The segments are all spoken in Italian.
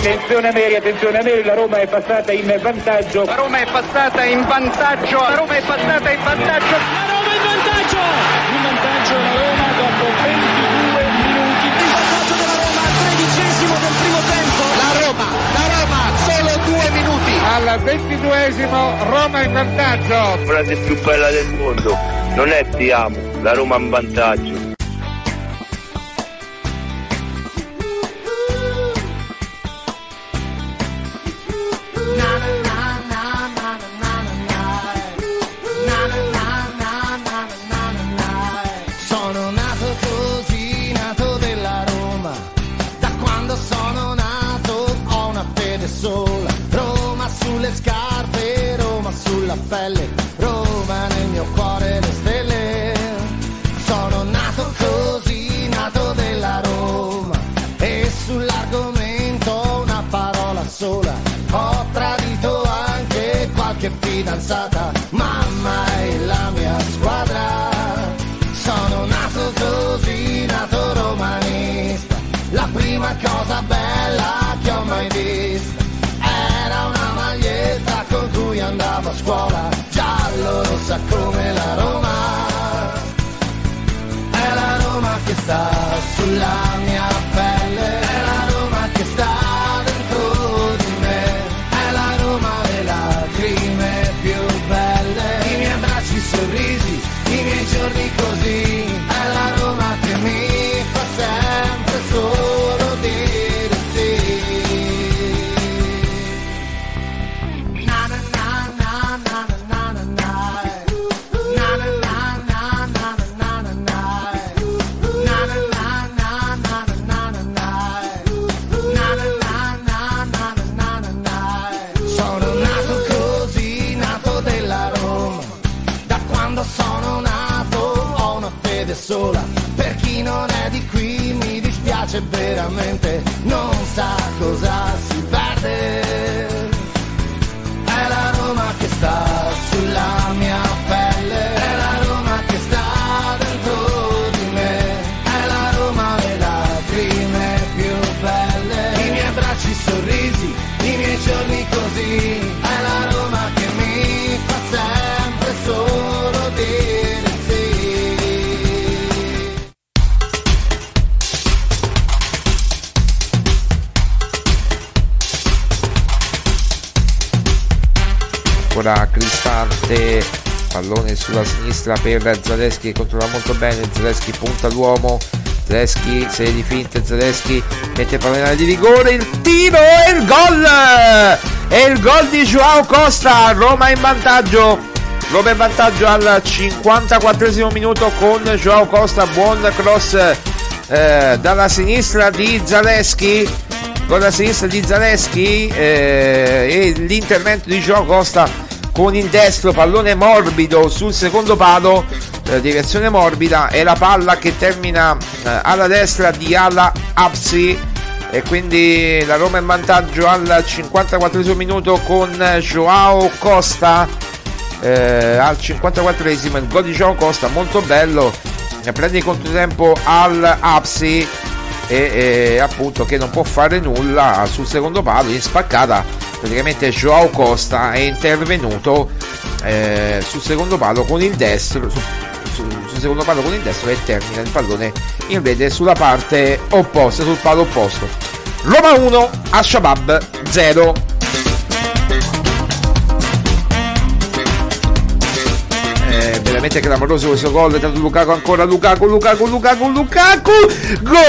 Attenzione Ameri, la Roma è passata in vantaggio. La Roma è passata in vantaggio. In vantaggio la Roma dopo 22 minuti. Il vantaggio della Roma al 13° del primo tempo. La Roma, solo 2 minuti. Al 22esimo Roma in vantaggio. La frase più bella del mondo non è ti amo, la Roma in vantaggio. Sono nato così, nato della Roma. Da quando sono nato ho una fede sola. Roma sulle scarpe, Roma sulla pelle, Roma nel mio cuore le stelle. Sono nato così, nato della Roma. E sull'argomento una parola sola. Ho tradito anche qualche fidanzata, mamma è la mia squadra. Sono nato così, nato romanista. La prima cosa bella che ho mai vista era una maglietta con cui andavo a scuola, giallo rossa come la Roma. È la Roma che sta sulla mia pelle, è la Roma che sta dentro di me, è la Roma le lacrime più belle, i miei abbracci, i sorrisi, i miei giorni così, è la Roma che mi fa sempre solo dire sì. Na na na na na na na na na na na na na na na na. Sono nato così, nato della Roma. Da quando sono nato ho una fede sola. Per chi non è di qui mi dispiace veramente, non sa cosa si perde. È la Roma che sta sulla mia pelle, è la Roma che sta dentro di me, è la Roma le lacrime più belle, i miei abbracci, i sorrisi, i miei giorni così, è la Roma che mi fa sempre solo dire sì. Ora Cristante, pallone sulla sinistra per Zaleschi, controlla molto bene, Zaleschi punta l'uomo, Zaleschi serie di finte, Zaleschi mette il pallone di rigore, il tiro e il gol! E il gol di Joao Costa, Roma in vantaggio al 54esimo minuto con Joao Costa, buon cross dalla sinistra di Zaleschi, con la sinistra di Zaleschi e l'intervento di Joao Costa con il destro, pallone morbido sul secondo palo, direzione morbida, e la palla che termina alla destra di Ala Absi, e quindi la Roma in vantaggio al 54esimo minuto con Joao Costa. Al 54esimo il gol di Joao Costa molto bello, prende il controtempo al Absi e appunto che non può fare nulla sul secondo palo in spaccata. Praticamente Joao Costa è intervenuto sul secondo palo con il destro, sul secondo palo con il destro, e termina il pallone in rete sulla parte opposta, sul palo opposto. Roma 1, Al-Shabaab 0. Veramente clamoroso questo gol, tanto Lukaku ancora, Lukaku, gol!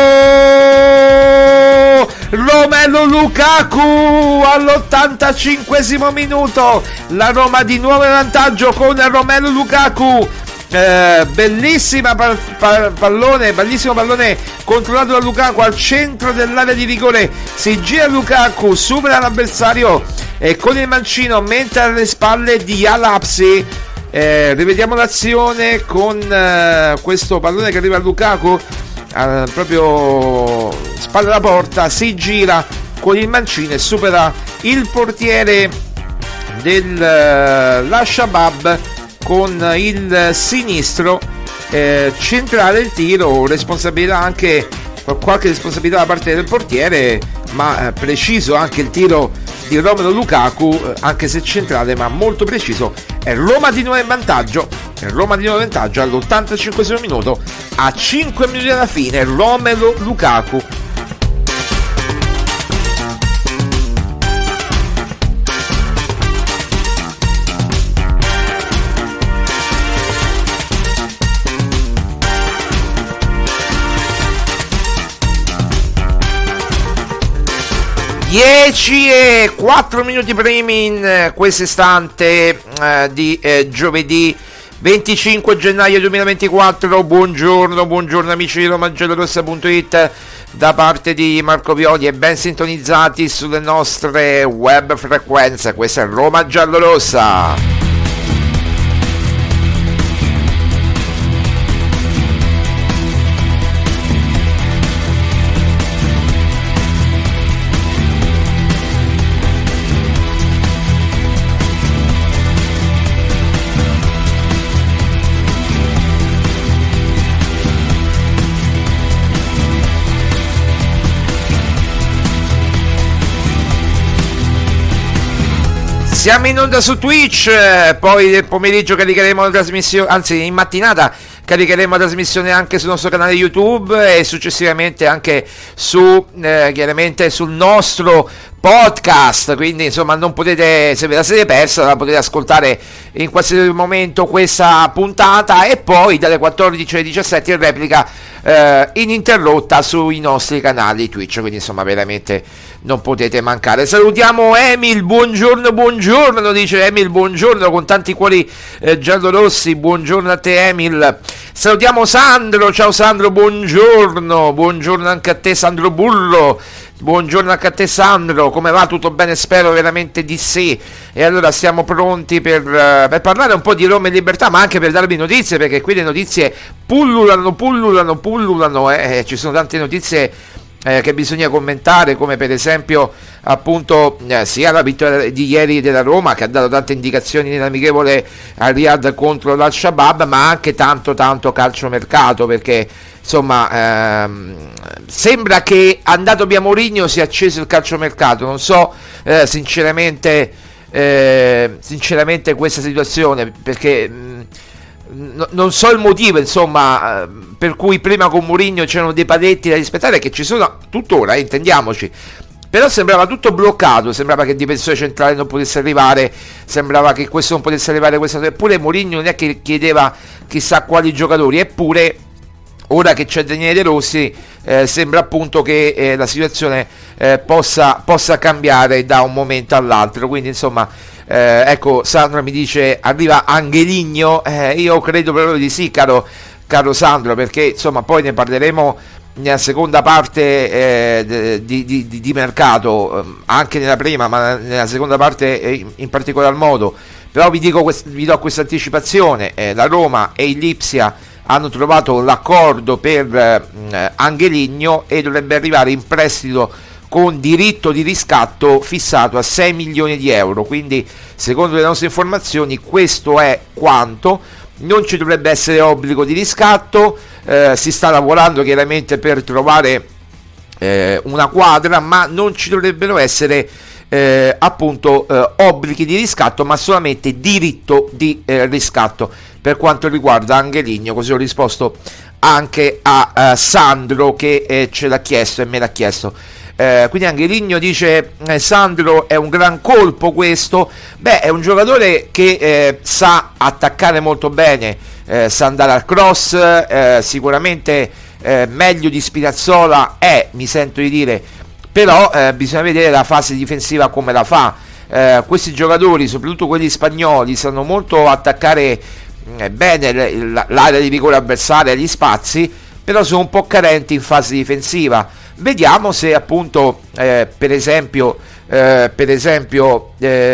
Romelu Lukaku all'85esimo minuto, la Roma di nuovo in vantaggio con Romelu Lukaku. Bellissimo pallone controllato da Lukaku al centro dell'area di rigore, si gira Lukaku, supera l'avversario e con il mancino mette alle spalle di Al-Absi. Rivediamo l'azione con questo pallone che arriva a Lukaku, proprio spalla alla porta, si gira con il mancino e supera il portiere dell'Al-Shabaab con il sinistro, centrale il tiro, responsabilità anche, qualche responsabilità da parte del portiere, ma preciso anche il tiro di Romelu Lukaku, anche se centrale ma molto preciso. È Roma di nuovo in vantaggio, all'85esimo minuto, a 5 minuti dalla fine. Romelu Lukaku. E 4 minuti primi in questo istante di giovedì 25 gennaio 2024. Buongiorno amici di RomaGiallorossa.it da parte di Marco Violi e ben sintonizzati sulle nostre web frequenze. Questa è Roma Giallorossa. Siamo in onda su Twitch, poi nel pomeriggio caricheremo la trasmissione, anzi in mattinata caricheremo la trasmissione anche sul nostro canale YouTube e successivamente anche su chiaramente sul nostro podcast, quindi insomma non potete, se ve la siete persa la potete ascoltare in qualsiasi momento questa puntata, e poi dalle 14 alle 17 in replica ininterrotta sui nostri canali Twitch, quindi insomma veramente non potete mancare. Salutiamo Emil, buongiorno, dice Emil, buongiorno con tanti cuori giallorossi, buongiorno a te Emil. Salutiamo Sandro, ciao Sandro, buongiorno anche a te Sandro Bullo. Buongiorno anche a te Sandro, come va? Tutto bene? Spero veramente di sì. E allora siamo pronti per parlare un po' di Roma e Libertà, ma anche per darvi notizie, perché qui le notizie pullulano, ci sono tante notizie che bisogna commentare, come per esempio appunto sia la vittoria di ieri della Roma, che ha dato tante indicazioni nell'amichevole a Riyadh contro l'Al-Shabaab, ma anche tanto calciomercato, perché insomma sembra che andato via Mourinho sia acceso il calciomercato. Non so sinceramente questa situazione, perché non so il motivo insomma per cui prima con Mourinho c'erano dei paletti da rispettare, che ci sono tuttora, intendiamoci, però sembrava tutto bloccato, sembrava che il difensore centrale non potesse arrivare, sembrava che questo non potesse arrivare, eppure Mourinho non è che chiedeva chissà quali giocatori, eppure ora che c'è Daniele De Rossi sembra appunto che la situazione possa cambiare da un momento all'altro, quindi insomma ecco, Sandro mi dice arriva Angeligno, io credo proprio di sì, caro Sandro, perché insomma poi ne parleremo nella seconda parte di mercato, anche nella prima, ma nella seconda parte in particolar modo. Però vi do questa anticipazione, la Roma e il Lipsia hanno trovato l'accordo per Angeligno e dovrebbe arrivare in prestito con diritto di riscatto fissato a 6 milioni di euro, quindi secondo le nostre informazioni questo è quanto. Non ci dovrebbe essere obbligo di riscatto, si sta lavorando chiaramente per trovare una quadra, ma non ci dovrebbero essere appunto obblighi di riscatto, ma solamente diritto di riscatto per quanto riguarda Angeligno. Così ho risposto anche a Sandro che ce l'ha chiesto e me l'ha chiesto. Quindi Angeligno, dice Sandro, è un gran colpo questo. Beh, è un giocatore che sa attaccare molto bene, sa andare al cross, sicuramente meglio di Spinazzola mi sento di dire, però bisogna vedere la fase difensiva come la fa. Questi giocatori, soprattutto quelli spagnoli, sanno molto attaccare bene l'area di rigore avversaria, gli spazi, però sono un po' carenti in fase difensiva. Vediamo se appunto per esempio intanto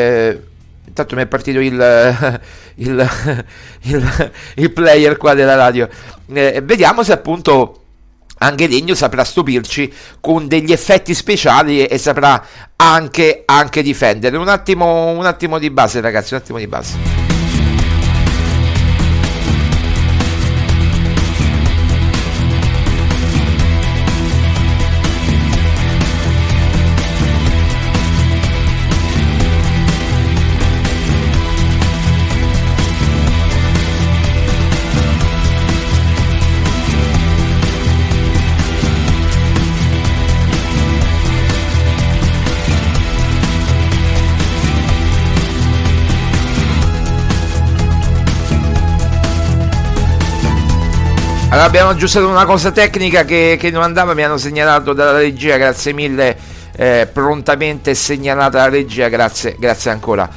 mi è partito il player qua della radio, vediamo se appunto Angeligno saprà stupirci con degli effetti speciali e saprà anche difendere. Un attimo di base, ragazzi, un attimo di base. Allora, abbiamo aggiustato una cosa tecnica che non andava, mi hanno segnalato dalla regia, grazie mille, prontamente segnalata la regia, grazie ancora.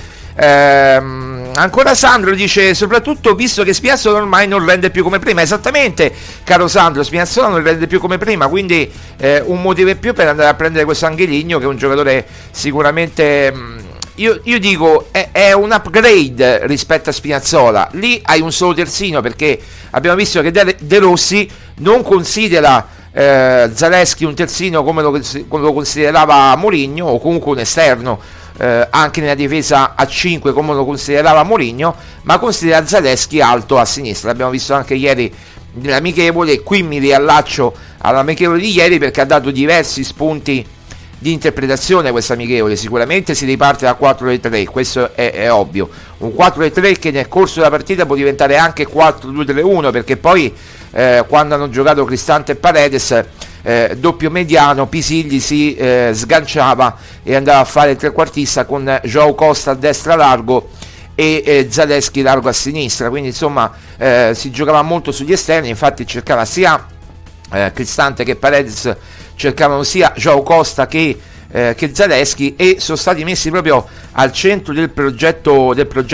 Ancora Sandro dice: soprattutto visto che Spinazzola ormai non rende più come prima. Esattamente, caro Sandro, Spinazzola non rende più come prima, quindi un motivo in più per andare a prendere questo Angeligno, che è un giocatore sicuramente, io dico, è un upgrade rispetto a Spinazzola. Lì hai un solo terzino, perché abbiamo visto che De Rossi non considera Zalewski un terzino come lo considerava Mourinho, o comunque un esterno anche nella difesa a 5 come lo considerava Mourinho, ma considera Zalewski alto a sinistra. L'abbiamo visto anche ieri nell'amichevole, e qui mi riallaccio all'amichevole di ieri, perché ha dato diversi spunti di interpretazione questa amichevole. Sicuramente si riparte da 4-3, questo è ovvio, un 4-3 che nel corso della partita può diventare anche 4-2-3-1, perché poi quando hanno giocato Cristante e Paredes, doppio mediano, Pisilli si sganciava e andava a fare il trequartista con João Costa a destra largo e Zalewski largo a sinistra, quindi insomma si giocava molto sugli esterni. Infatti cercava sia Cristante che Paredes, cercavano sia João Costa che Zalewski, e sono stati messi proprio al centro del progetto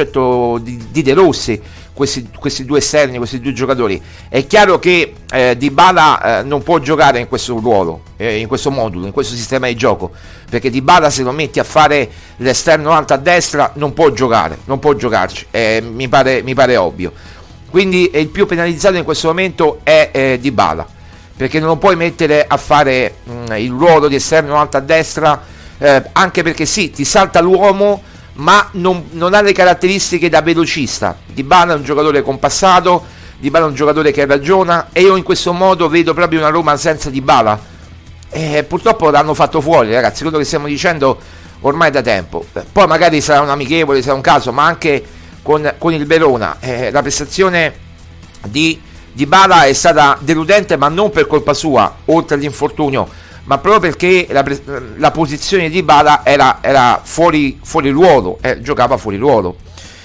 di De Rossi questi due esterni, questi due giocatori. È chiaro che Dybala non può giocare in questo ruolo, in questo modulo, in questo sistema di gioco, perché Dybala, se lo metti a fare l'esterno alto a destra, non può giocarci, mi pare ovvio. Quindi il più penalizzato in questo momento è Dybala, perché non lo puoi mettere a fare il ruolo di esterno alto a destra, anche perché sì, ti salta l'uomo, ma non ha le caratteristiche da velocista. Dybala è un giocatore compassato, Dybala è un giocatore che ragiona, e io in questo modo vedo proprio una Roma senza Dybala. Purtroppo l'hanno fatto fuori, ragazzi, quello che stiamo dicendo ormai da tempo. Poi magari sarà un amichevole, sarà un caso, ma anche con il Verona la prestazione di Dybala è stata deludente, ma non per colpa sua, oltre all'infortunio, ma proprio perché la posizione di Dybala era fuori ruolo, giocava fuori ruolo.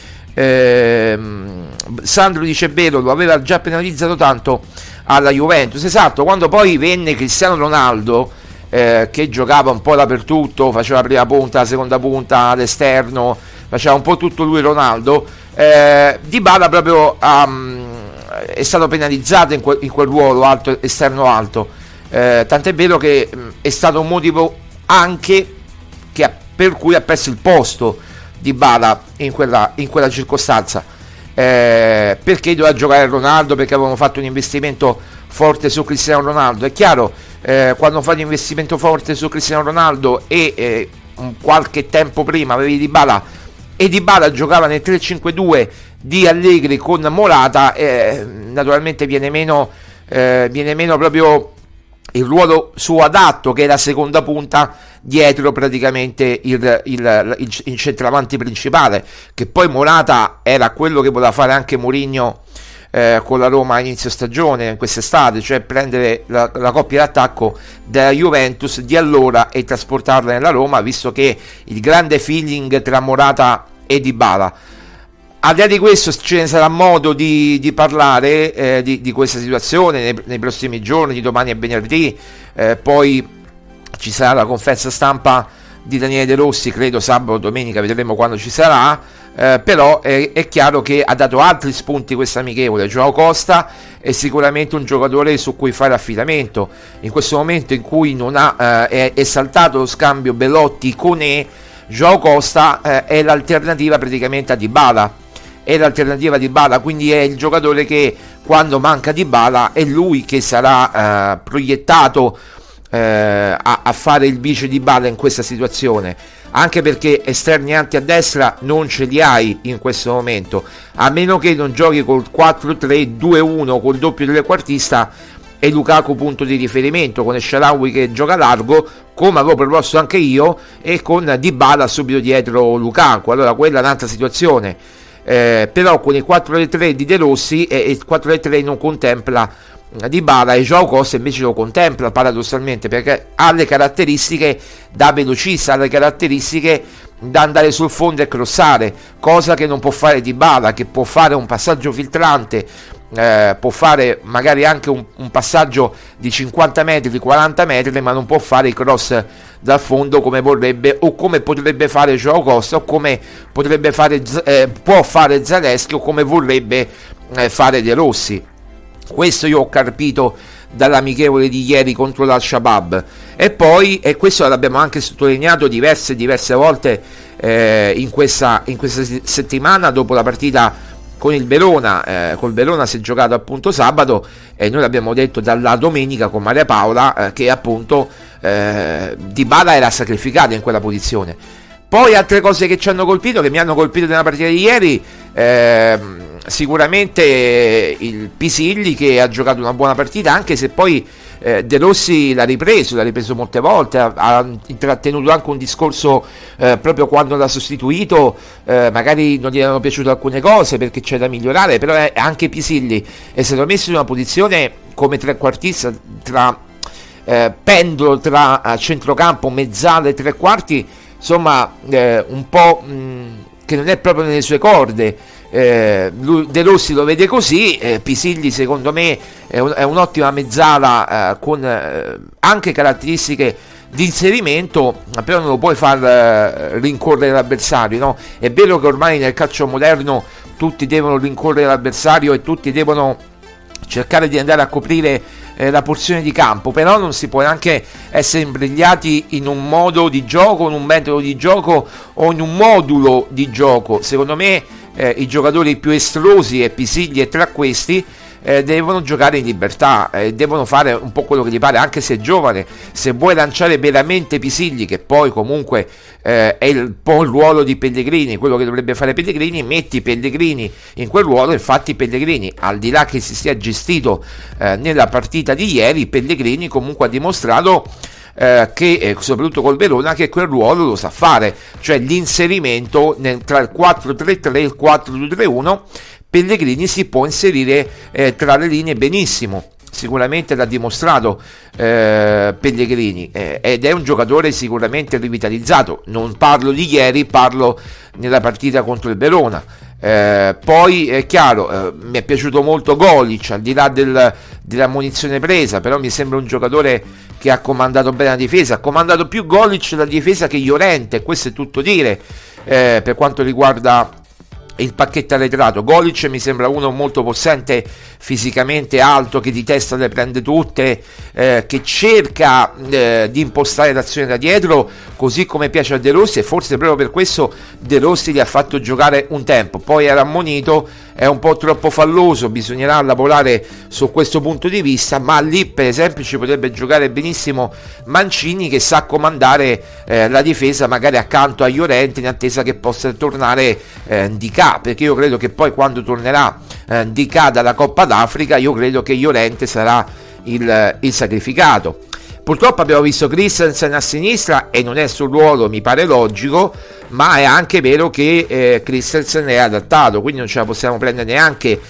Sandro dice: vero, lo aveva già penalizzato tanto alla Juventus. Esatto, quando poi venne Cristiano Ronaldo, che giocava un po' dappertutto, faceva la prima punta, la seconda punta, all'esterno, faceva un po' tutto lui Ronaldo, Dybala proprio è stato penalizzato in quel ruolo alto, esterno alto. Tant'è vero che è stato un motivo anche per cui ha perso il posto Dybala in quella circostanza, perché doveva giocare Ronaldo, perché avevano fatto un investimento forte su Cristiano Ronaldo. È chiaro, quando fai un investimento forte su Cristiano Ronaldo e qualche tempo prima avevi Dybala, e Dybala giocava nel 3-5-2 di Allegri con Morata, naturalmente viene meno proprio il ruolo suo adatto, che è la seconda punta dietro praticamente il centravanti principale, che poi Morata era quello che poteva fare anche Mourinho con la Roma a inizio stagione, in quest'estate, cioè prendere la coppia d'attacco della Juventus di allora e trasportarla nella Roma, visto che il grande feeling tra Morata e Dybala. Al di là di questo, ce ne sarà modo di parlare di questa situazione nei prossimi giorni, domani e venerdì. Poi ci sarà la conferenza stampa di Daniele De Rossi, credo sabato o domenica, vedremo quando ci sarà. Però è chiaro che ha dato altri spunti questa amichevole. João Costa è sicuramente un giocatore su cui fare affidamento. In questo momento in cui non è saltato lo scambio Belotti-Koné, João Costa è l'alternativa praticamente a Dybala. Quindi è il giocatore che, quando manca Dybala, è lui che sarà proiettato a fare il vice Dybala in questa situazione, anche perché esterni anti a destra non ce li hai in questo momento, a meno che non giochi col 4-3-2-1 col doppio trequartista e Lukaku punto di riferimento, con El Shaarawy che gioca largo, come avevo proposto anche io, e con Dybala subito dietro Lukaku. Allora quella è un'altra situazione. Però con il 4-3 di De Rossi, il 4-3 non contempla Dybala, e João Costa invece lo contempla paradossalmente, perché ha le caratteristiche da velocista, ha le caratteristiche da andare sul fondo e crossare, cosa che non può fare Dybala, che può fare un passaggio filtrante può fare magari anche un passaggio di 50 metri, di 40 metri, ma non può fare i cross dal fondo come vorrebbe, o come potrebbe fare Joao Costa, o come potrebbe fare può fare Zalewski, o come vorrebbe fare De Rossi. Questo io ho capito dall'amichevole di ieri contro l'Al-Shabaab. E poi, e questo l'abbiamo anche sottolineato diverse volte in questa settimana, dopo la partita con il Verona, col Verona si è giocato appunto sabato, e noi l'abbiamo detto dalla domenica con Maria Paola, che appunto Dybala era sacrificato in quella posizione. Poi altre cose che ci hanno colpito, che mi hanno colpito nella partita di ieri, sicuramente il Pisilli, che ha giocato una buona partita, anche se poi De Rossi l'ha ripreso molte volte, ha intrattenuto anche un discorso proprio quando l'ha sostituito, magari non gli erano piaciute alcune cose perché c'è da migliorare, però anche Pisilli è stato messo in una posizione come trequartista, pendolo tra centrocampo, mezzale e tre quarti, insomma un po' che non è proprio nelle sue corde. De Rossi lo vede così, Pisilli secondo me è un'ottima mezzala con anche caratteristiche di inserimento, però non lo puoi far rincorrere l'avversario, no? È vero che ormai nel calcio moderno tutti devono rincorrere l'avversario e tutti devono cercare di andare a coprire la porzione di campo, però non si può neanche essere imbrigliati in un modo di gioco, in un metodo di gioco o in un modulo di gioco. Secondo me i giocatori più estrosi, e Pisilli è tra questi, devono giocare in libertà, devono fare un po' quello che gli pare, anche se è giovane. Se vuoi lanciare veramente Pisilli, che poi comunque è un po' il ruolo di Pellegrini, quello che dovrebbe fare Pellegrini, metti Pellegrini in quel ruolo. Infatti Pellegrini, al di là che si sia gestito nella partita di ieri, Pellegrini comunque ha dimostrato che soprattutto col Verona, che quel ruolo lo sa fare, cioè l'inserimento tra il 4-3-3 e il 4-2-3-1. Pellegrini si può inserire tra le linee benissimo, sicuramente l'ha dimostrato Pellegrini, ed è un giocatore sicuramente rivitalizzato. Non parlo di ieri, parlo nella partita contro il Verona. Poi è chiaro, mi è piaciuto molto Golic, al di là della munizione presa, però mi sembra un giocatore che ha comandato bene la difesa, ha comandato più Golic la difesa che Llorente, questo è tutto dire per quanto riguarda il pacchetto arretrato. Golic mi sembra uno molto possente fisicamente, alto, che di testa le prende tutte, che cerca di impostare l'azione da dietro, così come piace a De Rossi, e forse proprio per questo De Rossi gli ha fatto giocare un tempo. Poi era ammonito, è un po' troppo falloso, bisognerà lavorare su questo punto di vista, ma lì per esempio ci potrebbe giocare benissimo Mancini, che sa comandare la difesa magari accanto a Llorente, in attesa che possa tornare Ndicà, perché io credo che poi quando tornerà Ndicà dalla Coppa d'Africa, io credo che Llorente sarà il sacrificato. Purtroppo abbiamo visto Christensen a sinistra e non è sul ruolo, mi pare logico, ma è anche vero che Christensen è adattato, quindi non ce la possiamo prendere neanche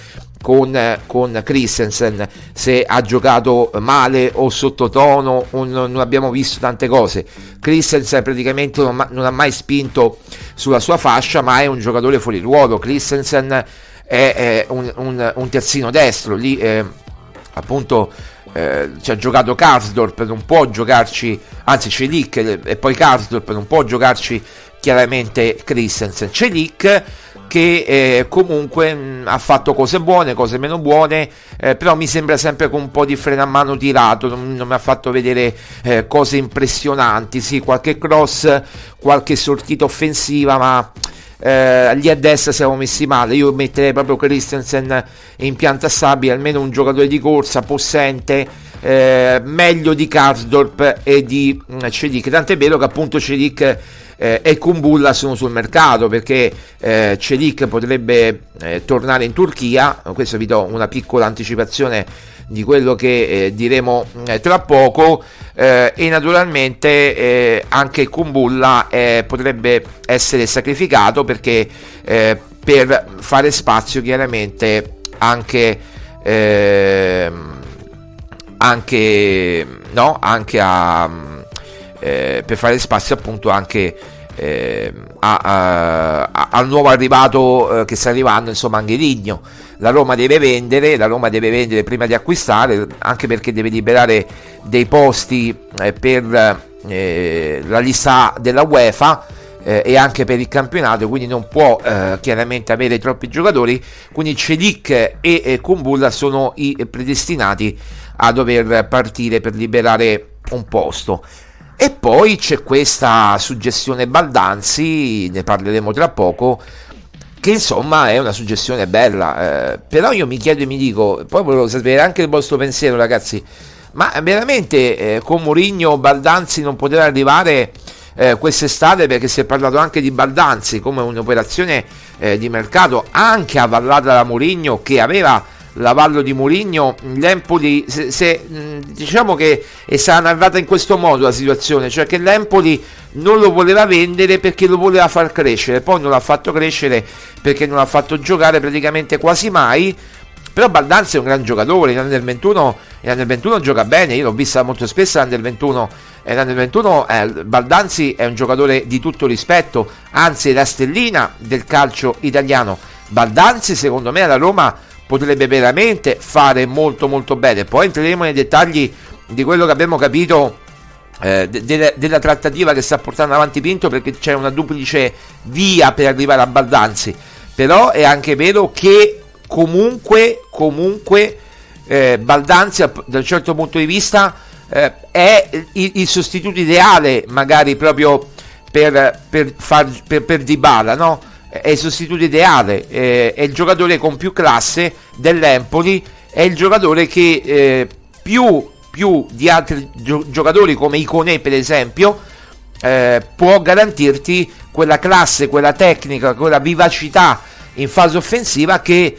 con Christensen se ha giocato male o sottotono, o non abbiamo visto tante cose. Christensen praticamente non ha mai spinto sulla sua fascia, ma è un giocatore fuori ruolo. Christensen è un terzino destro, lì appunto ci ha giocato Karsdorp, non può giocarci, anzi Celik e poi Karsdorp, non può giocarci chiaramente Christensen. Celik che comunque ha fatto cose buone, cose meno buone, però mi sembra sempre con un po' di freno a mano tirato, non mi ha fatto vedere cose impressionanti. Sì, qualche cross, qualche sortita offensiva, ma lì a destra siamo messi male. Io metterei proprio Christensen in pianta stabile, almeno un giocatore di corsa possente, meglio di Karsdorp e di Celik, tant'è vero che appunto Celik e Kumbulla sono sul mercato, perché Celik potrebbe tornare in Turchia. Questo vi do una piccola anticipazione di quello che diremo tra poco, e naturalmente anche Kumbulla potrebbe essere sacrificato, perché per fare spazio chiaramente anche a per fare spazio appunto anche al nuovo arrivato che sta arrivando, insomma, Angeligno. La Roma deve vendere prima di acquistare, anche perché deve liberare dei posti per la lista della UEFA e anche per il campionato, quindi non può chiaramente avere troppi giocatori, quindi Celik e Kumbulla sono i predestinati a dover partire per liberare un posto. E poi c'è questa suggestione Baldanzi, ne parleremo tra poco, che insomma è una suggestione bella, però io mi chiedo e mi dico, poi volevo sapere anche il vostro pensiero, ragazzi, ma veramente con Mourinho Baldanzi non poteva arrivare quest'estate, perché si è parlato anche di Baldanzi come un'operazione di mercato anche avallata da Mourinho, che aveva l'avallo di Mourinho. L'Empoli, diciamo che è stata narrata in questo modo la situazione, cioè che l'Empoli non lo voleva vendere perché lo voleva far crescere, poi non l'ha fatto crescere perché non l'ha fatto giocare praticamente quasi mai. Però Baldanzi è un gran giocatore, in Under 21 gioca bene, io l'ho vista molto spesso Under 21, e Under 21 Baldanzi è un giocatore di tutto rispetto, anzi è la stellina del calcio italiano. Baldanzi secondo me alla Roma potrebbe veramente fare molto molto bene. Poi entreremo nei dettagli di quello che abbiamo capito della trattativa che sta portando avanti Pinto, perché c'è una duplice via per arrivare a Baldanzi. Però è anche vero che comunque Baldanzi da un certo punto di vista è il sostituto ideale, magari proprio per Dybala, no? È il sostituto ideale, è il giocatore con più classe dell'Empoli, è il giocatore che più di altri giocatori come Iconé per esempio può garantirti quella classe, quella tecnica, quella vivacità in fase offensiva che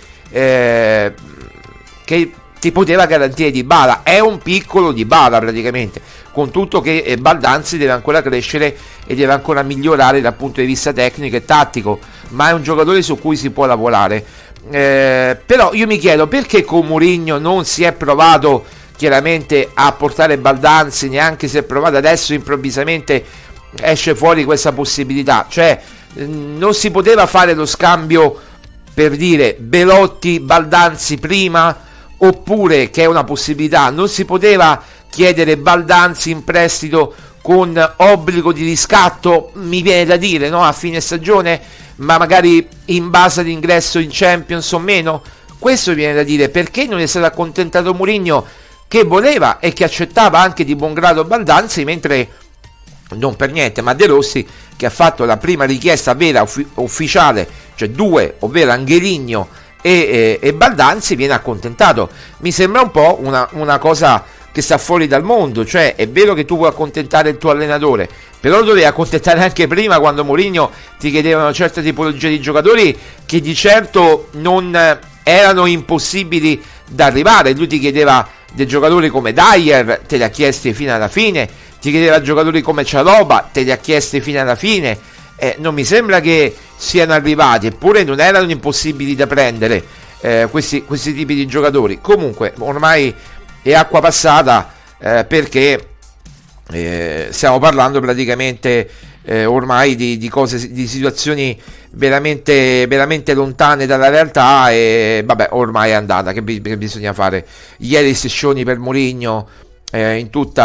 ti poteva garantire Dybala. È un piccolo Dybala praticamente, con tutto che Baldanzi deve ancora crescere e deve ancora migliorare dal punto di vista tecnico e tattico, ma è un giocatore su cui si può lavorare. Però io mi chiedo perché con Mourinho non si è provato chiaramente a portare Baldanzi, neanche si è provato adesso improvvisamente esce fuori questa possibilità. Cioè non si poteva fare lo scambio, per dire, Belotti Baldanzi prima, oppure, che è una possibilità, non si poteva chiedere Baldanzi in prestito con obbligo di riscatto, mi viene da dire, no, a fine stagione, ma magari in base all'ingresso in Champions o meno. Questo viene da dire, perché non è stato accontentato Mourinho, che voleva e che accettava anche di buon grado Baldanzi, mentre non per niente, ma De Rossi, che ha fatto la prima richiesta vera ufficiale, cioè due, ovvero Angeligno e Baldanzi, viene accontentato. Mi sembra un po' una cosa che sta fuori dal mondo. Cioè è vero che tu puoi accontentare il tuo allenatore, però lo dovevi accontentare anche prima, quando Mourinho ti chiedeva una certa tipologia di giocatori che di certo non erano impossibili da arrivare. Lui ti chiedeva dei giocatori come Dyer, te li ha chiesti fino alla fine, ti chiedeva giocatori come Cialoba, te li ha chiesti fino alla fine. Non mi sembra che siano arrivati, eppure non erano impossibili da prendere questi tipi di giocatori. Comunque ormai è acqua passata, perché stiamo parlando praticamente ormai di cose, di situazioni veramente, veramente lontane dalla realtà, e vabbè, ormai è andata. Che bisogna fare? Ieri sessioni per Mourinho in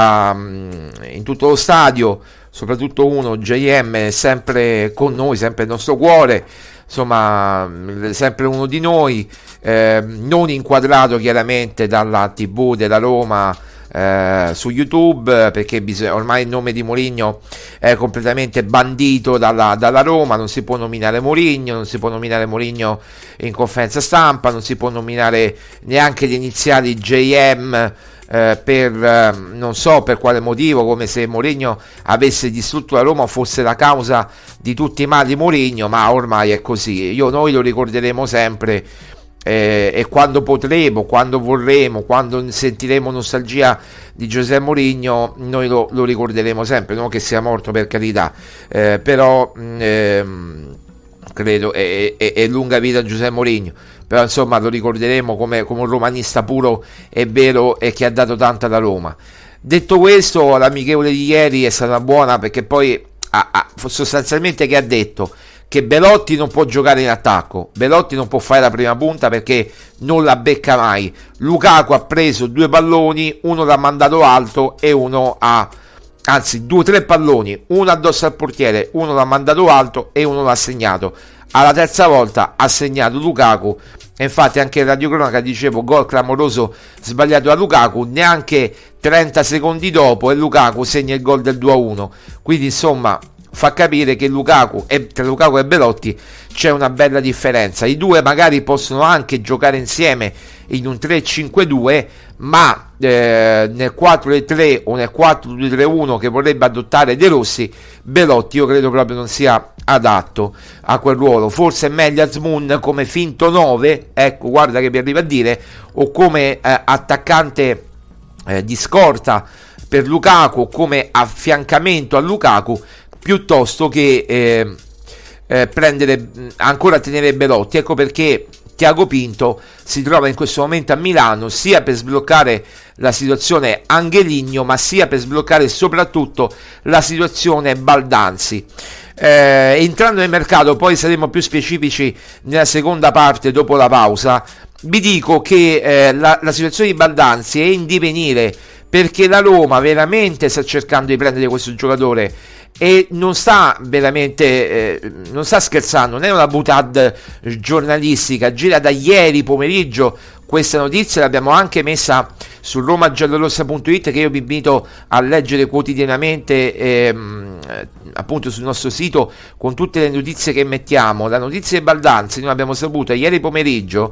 tutto lo stadio, soprattutto uno, JM, sempre con noi, sempre il nostro cuore, insomma, sempre uno di noi, non inquadrato chiaramente dalla TV della Roma su YouTube, perché ormai il nome di Mourinho è completamente bandito dalla Roma. Non si può nominare Mourinho, non si può nominare Mourinho in conferenza stampa, non si può nominare neanche gli iniziali JM, per non so per quale motivo, come se Mourinho avesse distrutto la Roma o fosse la causa di tutti i mali di Mourinho, ma ormai è così. Noi lo ricorderemo sempre, e quando potremo, quando vorremo, quando sentiremo nostalgia di José Mourinho, noi lo ricorderemo sempre, non che sia morto, per carità, però credo è lunga vita José Mourinho, però insomma lo ricorderemo come un romanista puro e vero, e che ha dato tanto alla Roma. Detto questo, l'amichevole di ieri è stata buona, perché poi sostanzialmente che ha detto che Belotti non può giocare in attacco, Belotti non può fare la prima punta perché non la becca mai. Lukaku ha preso 2 palloni, uno l'ha mandato alto e uno ha, anzi 2-3 palloni, uno addosso al portiere, uno l'ha mandato alto e uno l'ha segnato. Alla terza volta ha segnato Lukaku, e infatti anche in radiocronaca dicevo gol clamoroso sbagliato da Lukaku, neanche 30 secondi dopo e Lukaku segna il gol del 2-1. Quindi insomma fa capire che tra Lukaku e Belotti c'è una bella differenza. I due magari possono anche giocare insieme in un 3-5-2, ma nel 4-3 o nel 4-2-3-1 che vorrebbe adottare De Rossi, Belotti io credo proprio non sia adatto a quel ruolo. Forse è meglio Azmoun come finto 9, ecco, guarda che vi arriva a dire, o come attaccante di scorta per Lukaku, come affiancamento a Lukaku, piuttosto che prendere ancora a tenere Belotti. Ecco perché Tiago Pinto si trova in questo momento a Milano sia per sbloccare la situazione Angeligno, ma sia per sbloccare soprattutto la situazione Baldanzi. Entrando nel mercato, poi saremo più specifici nella seconda parte dopo la pausa. Vi dico che la situazione di Baldanzi è in divenire, perché la Roma veramente sta cercando di prendere questo giocatore e non sta veramente non sta scherzando, non è una boutade giornalistica, gira da ieri pomeriggio questa notizia, l'abbiamo anche messa su romagiallorossa.it, che io vi invito a leggere quotidianamente appunto sul nostro sito con tutte le notizie che mettiamo. La notizia di Baldanzi noi l'abbiamo saputa ieri pomeriggio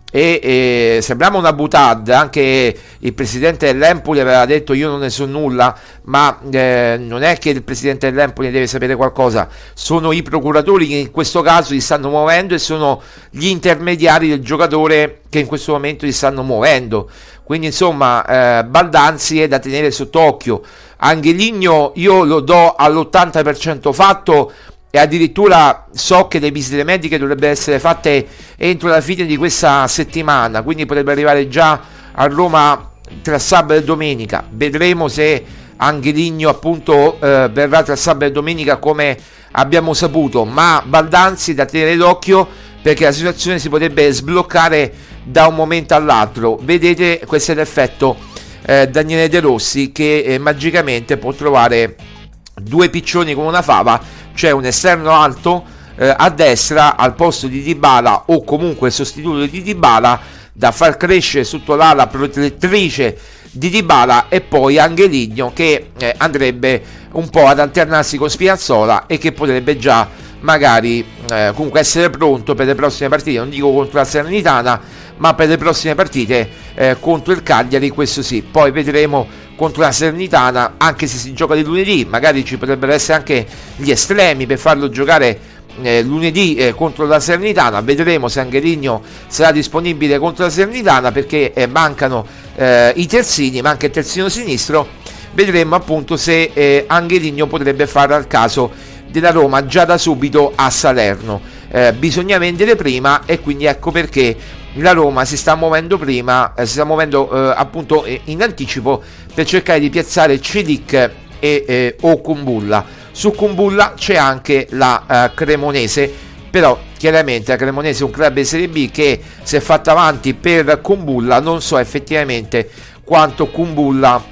e sembrava una boutade. Anche il presidente dell'Empoli aveva detto io non ne so nulla, ma non è che il presidente dell'Empoli deve sapere qualcosa, sono i procuratori che in questo caso li stanno muovendo e sono gli intermediari del giocatore che in questo momento li stanno muovendo. Quindi insomma Baldanzi è da tenere sott'occhio. Angeligno io lo do all'80% fatto, e addirittura so che le visite mediche dovrebbero essere fatte entro la fine di questa settimana, quindi potrebbe arrivare già a Roma tra sabato e domenica. Vedremo se Angeligno appunto verrà tra sabato e domenica come abbiamo saputo, ma Baldanzi da tenere d'occhio perché la situazione si potrebbe sbloccare da un momento all'altro. Vedete, questo è l'effetto Daniele De Rossi, che magicamente può trovare 2 piccioni con una fava. C'è un esterno alto a destra al posto di Dybala, o comunque il sostituto di Dybala, da far crescere sotto l'ala protettrice di Dybala, e poi Angeligno che andrebbe un po' ad alternarsi con Spinazzola e che potrebbe già magari comunque essere pronto per le prossime partite, non dico contro la Salernitana, ma per le prossime partite contro il Cagliari, questo sì. Poi vedremo contro la Salernitana, anche se si gioca di lunedì, magari ci potrebbero essere anche gli estremi per farlo giocare lunedì contro la Salernitana. Vedremo se Angeligno sarà disponibile contro la Salernitana, perché mancano i terzini, manca il terzino sinistro. Vedremo appunto se Angeligno potrebbe fare al caso della Roma già da subito a Salerno. Bisogna vendere prima, e quindi ecco perché la Roma si sta muovendo prima, appunto in anticipo, per cercare di piazzare Celic o Kumbulla. Su Kumbulla c'è anche la Cremonese, però chiaramente la Cremonese è un club di Serie B che si è fatta avanti per Kumbulla. Non so effettivamente quanto a Kumbulla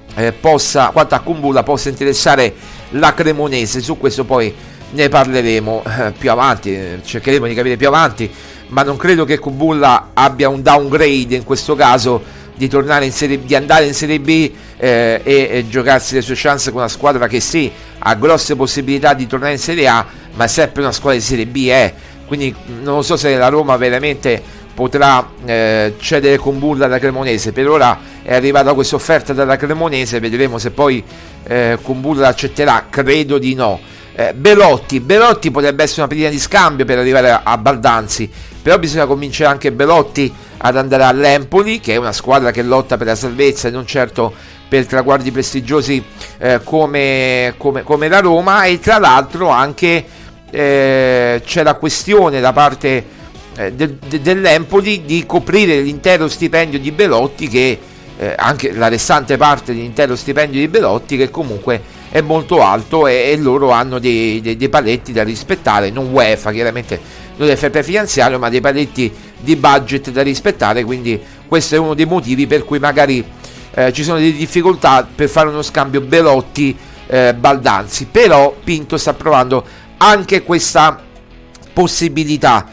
possa interessare la Cremonese. Su questo poi ne parleremo più avanti, cercheremo di capire più avanti, ma non credo che Kumbulla abbia un downgrade in questo caso, di tornare in Serie B, di andare in Serie B e giocarsi le sue chance con una squadra che sì, ha grosse possibilità di tornare in Serie A, ma è sempre una squadra di Serie B, quindi non lo so se la Roma veramente potrà cedere Kumbulla alla Cremonese. Per ora è arrivata questa offerta dalla Cremonese, vedremo se poi Kumbulla accetterà, credo di no. Belotti potrebbe essere una pedina di scambio per arrivare a Baldanzi, però bisogna convincere anche Belotti ad andare all'Empoli, che è una squadra che lotta per la salvezza e non certo per traguardi prestigiosi come la Roma. E tra l'altro anche c'è la questione da parte dell'Empoli di coprire l'intero stipendio di Belotti, che anche la restante parte dell'intero stipendio di Belotti, che comunque è molto alto e loro hanno dei paletti da rispettare, non UEFA chiaramente, non è fair play finanziario, ma dei paletti di budget da rispettare, quindi questo è uno dei motivi per cui magari ci sono delle difficoltà per fare uno scambio Belotti-Baldanzi, però Pinto sta provando anche questa possibilità.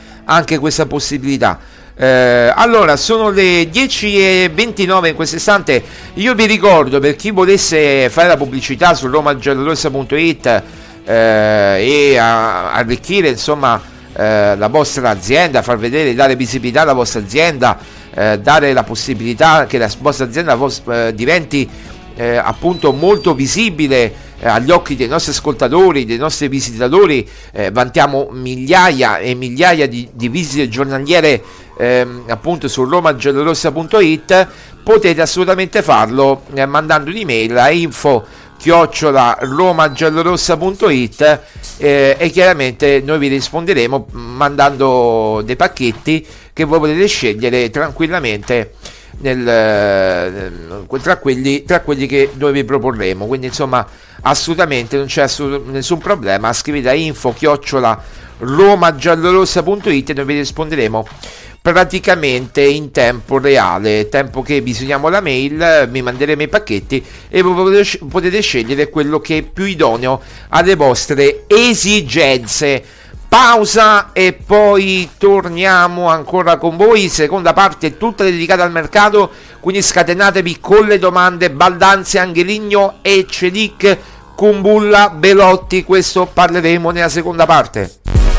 Allora, sono le 10:29 in questo istante. Io vi ricordo, per chi volesse fare la pubblicità su romagiallorossa.it e arricchire insomma la vostra azienda, far vedere, dare visibilità alla vostra azienda, dare la possibilità che la vostra azienda diventi appunto molto visibile agli occhi dei nostri ascoltatori, dei nostri visitatori. Vantiamo migliaia e migliaia di visite giornaliere appunto su romagiallorossa.it. Potete assolutamente farlo mandando un'email a info@romagiallorossa.it e chiaramente noi vi risponderemo mandando dei pacchetti che voi potete scegliere tranquillamente tra quelli che noi vi proporremo. Quindi insomma assolutamente non c'è nessun problema, scrivete a info@romagiallorossa.it e noi vi risponderemo praticamente in tempo reale, tempo che visioniamo la mail, mi manderemo i pacchetti e voi potete scegliere quello che è più idoneo alle vostre esigenze. Pausa e poi torniamo ancora con voi, seconda parte tutta dedicata al mercato, quindi scatenatevi con le domande. Baldanzi, Angeligno e Celic, Kumbulla, Belotti, questo parleremo nella seconda parte.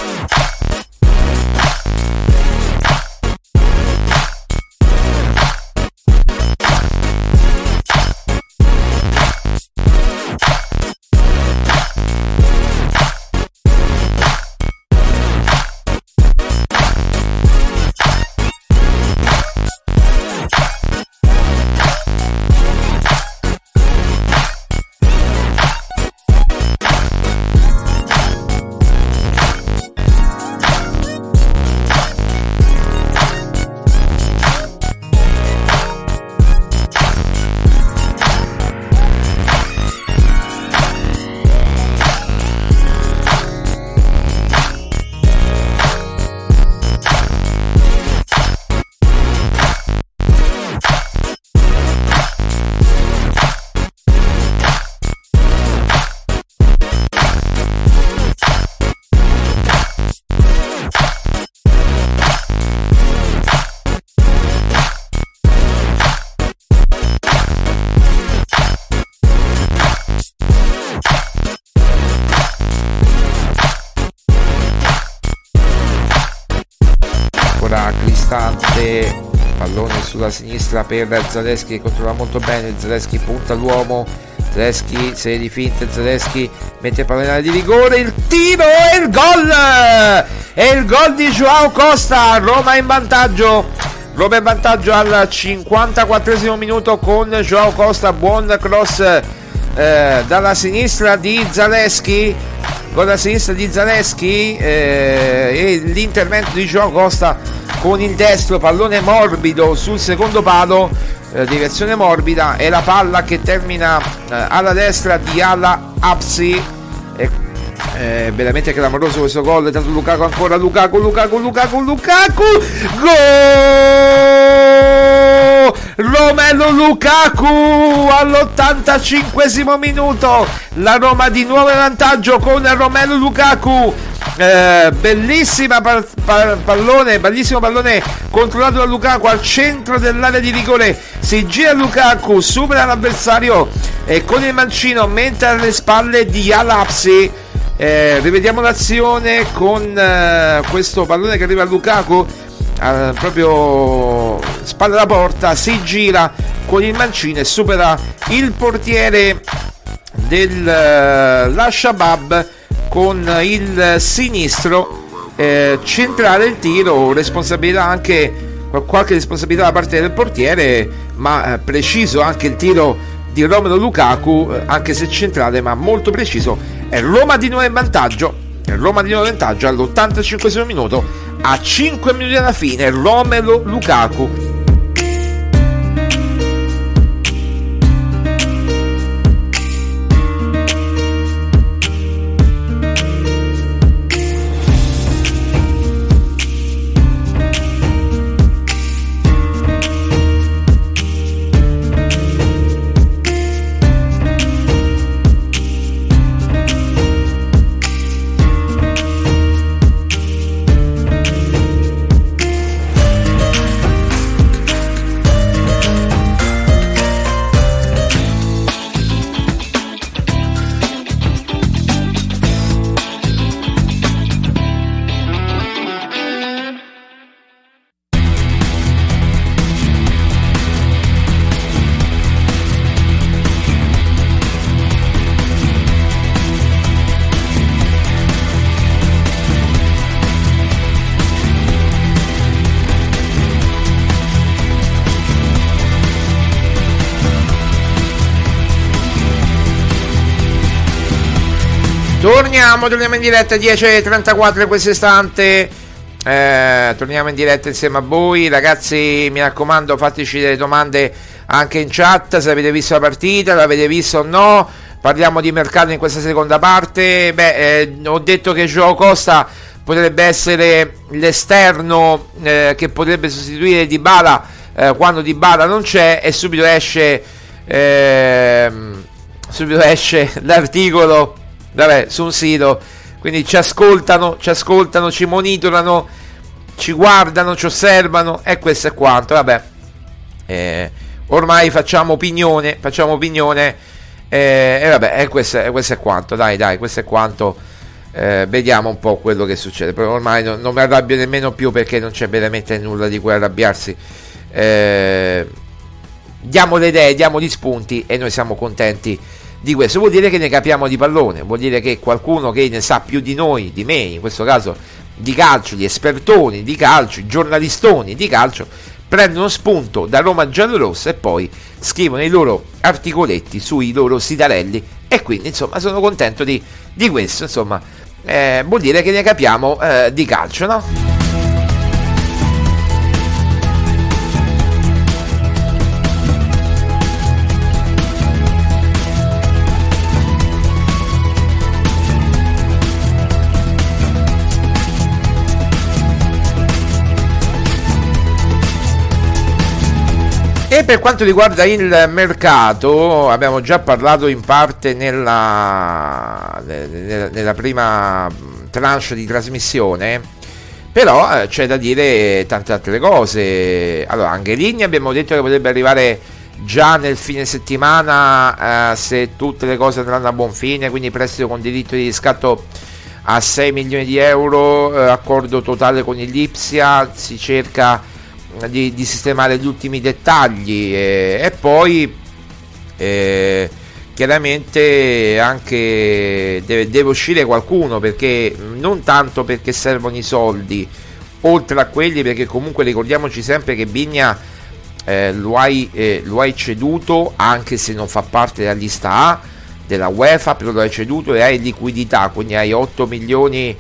Cristante, pallone sulla sinistra per Zaleschi che controlla molto bene. Zaleschi punta l'uomo, Zaleschi serie di finte, Zaleschi mette il pallone di rigore, il tiro e il gol! E il gol di Joao Costa. Roma in vantaggio al 54esimo minuto con Joao Costa. Buon cross dalla sinistra di Zaleschi, e l'intervento di Joao Costa con il destro, pallone morbido sul secondo palo, direzione morbida, e la palla che termina alla destra di Ala Apsi. Veramente clamoroso questo gol. Tanto Lukaku ancora, Lukaku, gol! Romelu Lukaku all'85esimo minuto, la Roma di nuovo in vantaggio con Romelu Lukaku. Bellissimo pallone controllato da Lukaku al centro dell'area di rigore. Si gira Lukaku, supera l'avversario e con il mancino mette alle spalle di Al-Apsi. Rivediamo l'azione con questo pallone che arriva a Lukaku, proprio spalla alla porta, si gira con il mancino e supera il portiere dell'Al-Shabaab con il sinistro. Centrale il tiro, responsabilità anche, qualche responsabilità da parte del portiere, ma preciso anche il tiro di Romelu Lukaku, anche se centrale ma molto preciso. È Roma di nuovo in vantaggio all'85esimo minuto, a 5 minuti alla fine. Romelu Lukaku. Torniamo in diretta 10:34 in questo istante. Torniamo in diretta insieme a voi, ragazzi. Mi raccomando, fateci delle domande anche in chat. Se avete visto la partita, l'avete vista o no? Parliamo di mercato in questa seconda parte. Ho detto che João Costa potrebbe essere l'esterno che potrebbe sostituire Dybala quando Dybala non c'è, e subito esce l'articolo su un sito, quindi ci ascoltano, ci monitorano, ci guardano, ci osservano, e questo è quanto. Ormai facciamo opinione, e questo è quanto, dai, questo è quanto. Vediamo un po' quello che succede. Però ormai non mi arrabbio nemmeno più, perché non c'è veramente nulla di cui arrabbiarsi. Diamo le idee, diamo gli spunti, e noi siamo contenti di questo. Vuol dire che ne capiamo di pallone, vuol dire che qualcuno che ne sa più di noi, di me in questo caso, di calcio, gli espertoni di calcio, i giornalistoni di calcio, prendono spunto da Roma giallorossa e poi scrivono i loro articoletti sui loro sitarelli, e quindi insomma sono contento di questo. Insomma, vuol dire che ne capiamo di calcio, no? E per quanto riguarda il mercato, abbiamo già parlato in parte nella prima tranche di trasmissione, però c'è da dire tante altre cose. Allora, Angelini abbiamo detto che potrebbe arrivare già nel fine settimana, se tutte le cose andranno a buon fine, quindi prestito con diritto di riscatto a 6 milioni di euro, accordo totale con il Lipsia, si cerca di sistemare gli ultimi dettagli, e poi chiaramente anche deve uscire qualcuno, perché non tanto perché servono i soldi, oltre a quelli, perché comunque ricordiamoci sempre che Vigna lo hai ceduto, anche se non fa parte della lista A della UEFA, però lo hai ceduto e hai liquidità, quindi hai 8 milioni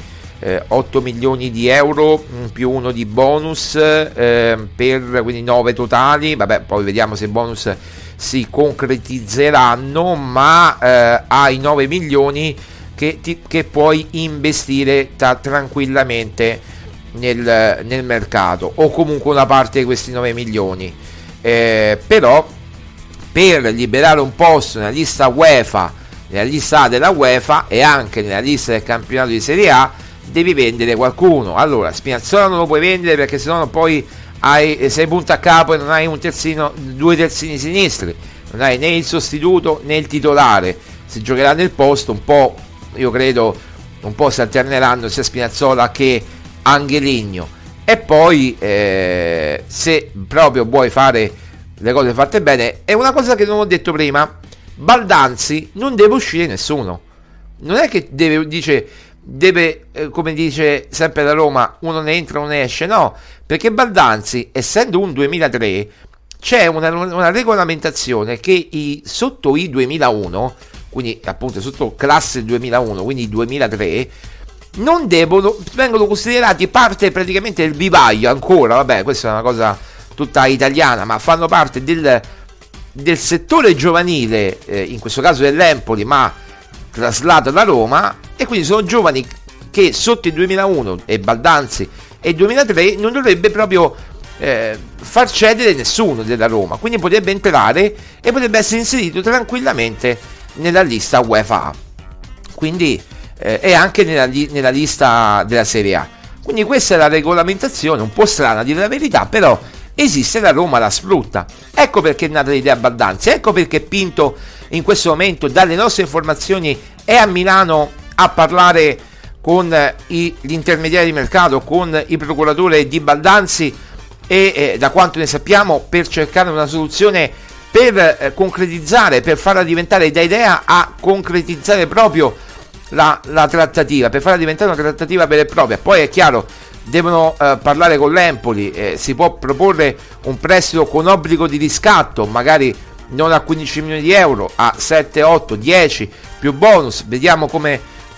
di euro più uno di bonus, per quindi 9 totali. Poi vediamo se i bonus si concretizzeranno, ma hai 9 milioni che puoi investire tranquillamente nel mercato, o comunque una parte di questi 9 milioni. Però per liberare un posto nella lista UEFA, nella lista A della UEFA e anche nella lista del campionato di Serie A, devi vendere qualcuno. Allora Spinazzola non lo puoi vendere, perché sennò poi sei punto a capo e non hai due terzini sinistri, non hai né il sostituto né il titolare. Si giocherà nel posto un po', io credo un po' si alterneranno sia Spinazzola che Angeligno. E poi se proprio vuoi fare le cose fatte bene, è una cosa che non ho detto prima: Baldanzi non deve uscire nessuno, non è che deve come dice sempre la Roma, uno ne entra, uno ne esce, no, perché Baldanzi, essendo un 2003, c'è una regolamentazione che sotto i 2001, quindi appunto sotto classe 2001, quindi i 2003, vengono considerati parte praticamente del vivaio ancora. Questa è una cosa tutta italiana, ma fanno parte del settore giovanile, in questo caso dell'Empoli, ma traslato da Roma, e quindi sono giovani che sotto il 2001 e Baldanzi e il 2003 non dovrebbe proprio far cedere nessuno della Roma, quindi potrebbe entrare e potrebbe essere inserito tranquillamente nella lista UEFA, quindi e anche nella lista della Serie A. Quindi questa è la regolamentazione, un po' strana a dire la verità, però esiste, la Roma la sfrutta. Ecco perché è nata l'idea Baldanzi, ecco perché Pinto in questo momento, dalle nostre informazioni, è a Milano a parlare con gli intermediari di mercato, con il procuratore di Baldanzi, e da quanto ne sappiamo, per cercare una soluzione, per concretizzare, per farla diventare da idea a concretizzare proprio la trattativa, per farla diventare una trattativa vera e propria. Poi è chiaro, devono parlare con l'Empoli, si può proporre un prestito con obbligo di riscatto, magari non a 15 milioni di euro, a 7, 8, 10 più bonus. Vediamo come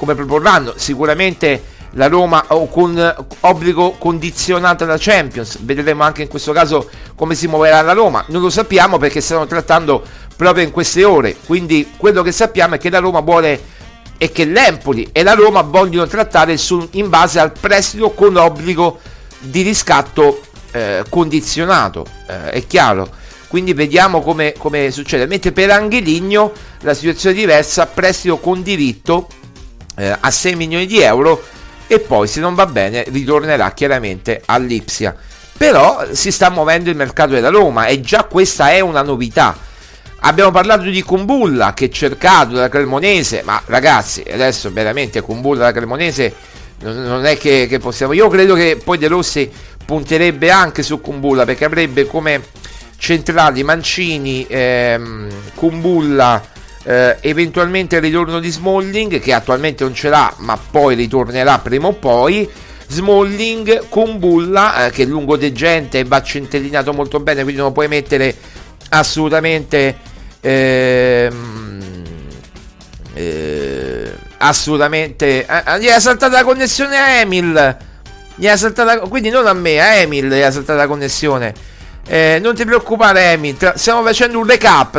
come proporranno. Sicuramente la Roma con obbligo condizionato alla Champions, vedremo anche in questo caso come si muoverà la Roma, non lo sappiamo perché stanno trattando proprio in queste ore, quindi quello che sappiamo è che la Roma vuole e che l'Empoli e la Roma vogliono trattare in base al prestito con obbligo di riscatto condizionato, è chiaro, quindi vediamo come succede, mentre per Angeligno la situazione è diversa, prestito con diritto a 6 milioni di euro e poi se non va bene ritornerà chiaramente all'Ipsia. Però si sta muovendo il mercato della Roma e già questa è una novità. Abbiamo parlato di Kumbulla che è cercato dalla Cremonese, ma ragazzi adesso veramente Kumbulla dalla Cremonese non è che possiamo, io credo che poi De Rossi punterebbe anche su Kumbulla perché avrebbe come centrali Mancini, Kumbulla, eventualmente il ritorno di Smalling che attualmente non ce l'ha ma poi ritornerà prima o poi, Smalling, Kumbulla che è lungodegente e va centellinato molto bene, quindi non lo puoi mettere assolutamente gli è saltata la connessione a Emil, quindi non a me, a Emil gli è saltata la connessione. Non ti preoccupare Emil, stiamo facendo un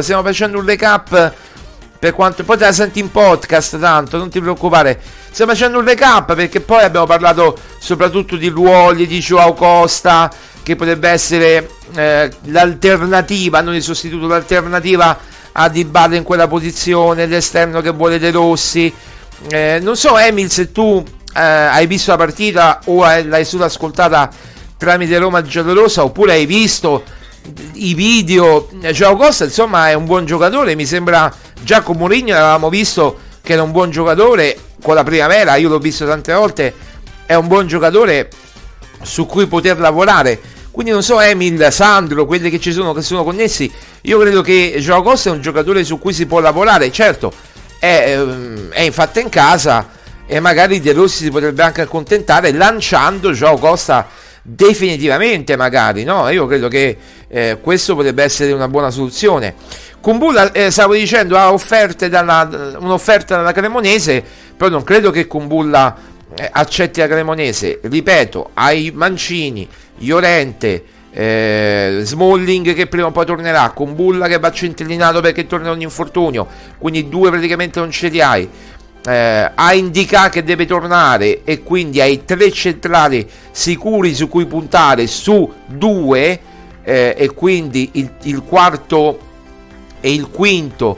recap per quanto poi te la senti in podcast, tanto non ti preoccupare, stiamo facendo un recap perché poi abbiamo parlato soprattutto di ruoli di Joao Costa che potrebbe essere l'alternativa, non il sostituto, l'alternativa a Dybala in quella posizione, l'esterno che vuole De Rossi. Non so Emil se tu hai visto la partita o l'hai solo ascoltata tramite Roma Giallorossa oppure hai visto i video. Joao Costa insomma è un buon giocatore, mi sembra già con Mourinho l'avevamo visto che era un buon giocatore con la Primavera, io l'ho visto tante volte, è un buon giocatore su cui poter lavorare, quindi non so Emil, Sandro, quelli che sono connessi, io credo che Joao Costa è un giocatore su cui si può lavorare, certo è infatti in casa e magari De Rossi si potrebbe anche accontentare lanciando Joao Costa definitivamente magari, no? Io credo che questo potrebbe essere una buona soluzione. Kumbulla, stavo dicendo, ha un'offerta dalla Cremonese, però non credo che Kumbulla accetti la Cremonese, ripeto, hai Mancini, Llorente, Smalling che prima o poi tornerà, Kumbulla che va centellinato perché torna un infortunio, quindi due praticamente non ce li hai. Hai Indica che deve tornare e quindi hai 3 centrali sicuri su cui puntare su 2 e quindi il quarto e il quinto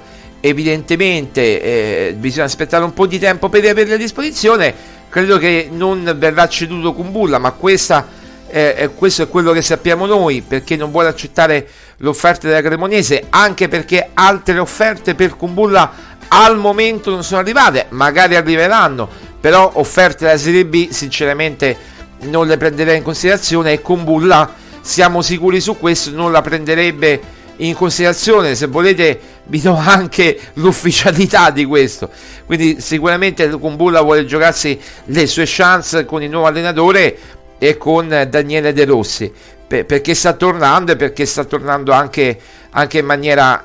evidentemente bisogna aspettare un po' di tempo per averli a disposizione. Credo che non verrà ceduto Kumbulla, ma questo è quello che sappiamo noi, perché non vuole accettare l'offerta della Cremonese, anche perché altre offerte per Kumbulla al momento non sono arrivate, magari arriveranno, però offerte della Serie B sinceramente non le prenderei in considerazione e Kumbulla siamo sicuri su questo, non la prenderebbe in considerazione. Se volete vi do anche l'ufficialità di questo, quindi sicuramente Kumbulla vuole giocarsi le sue chance con il nuovo allenatore e con Daniele De Rossi, perché sta tornando e perché sta tornando anche in maniera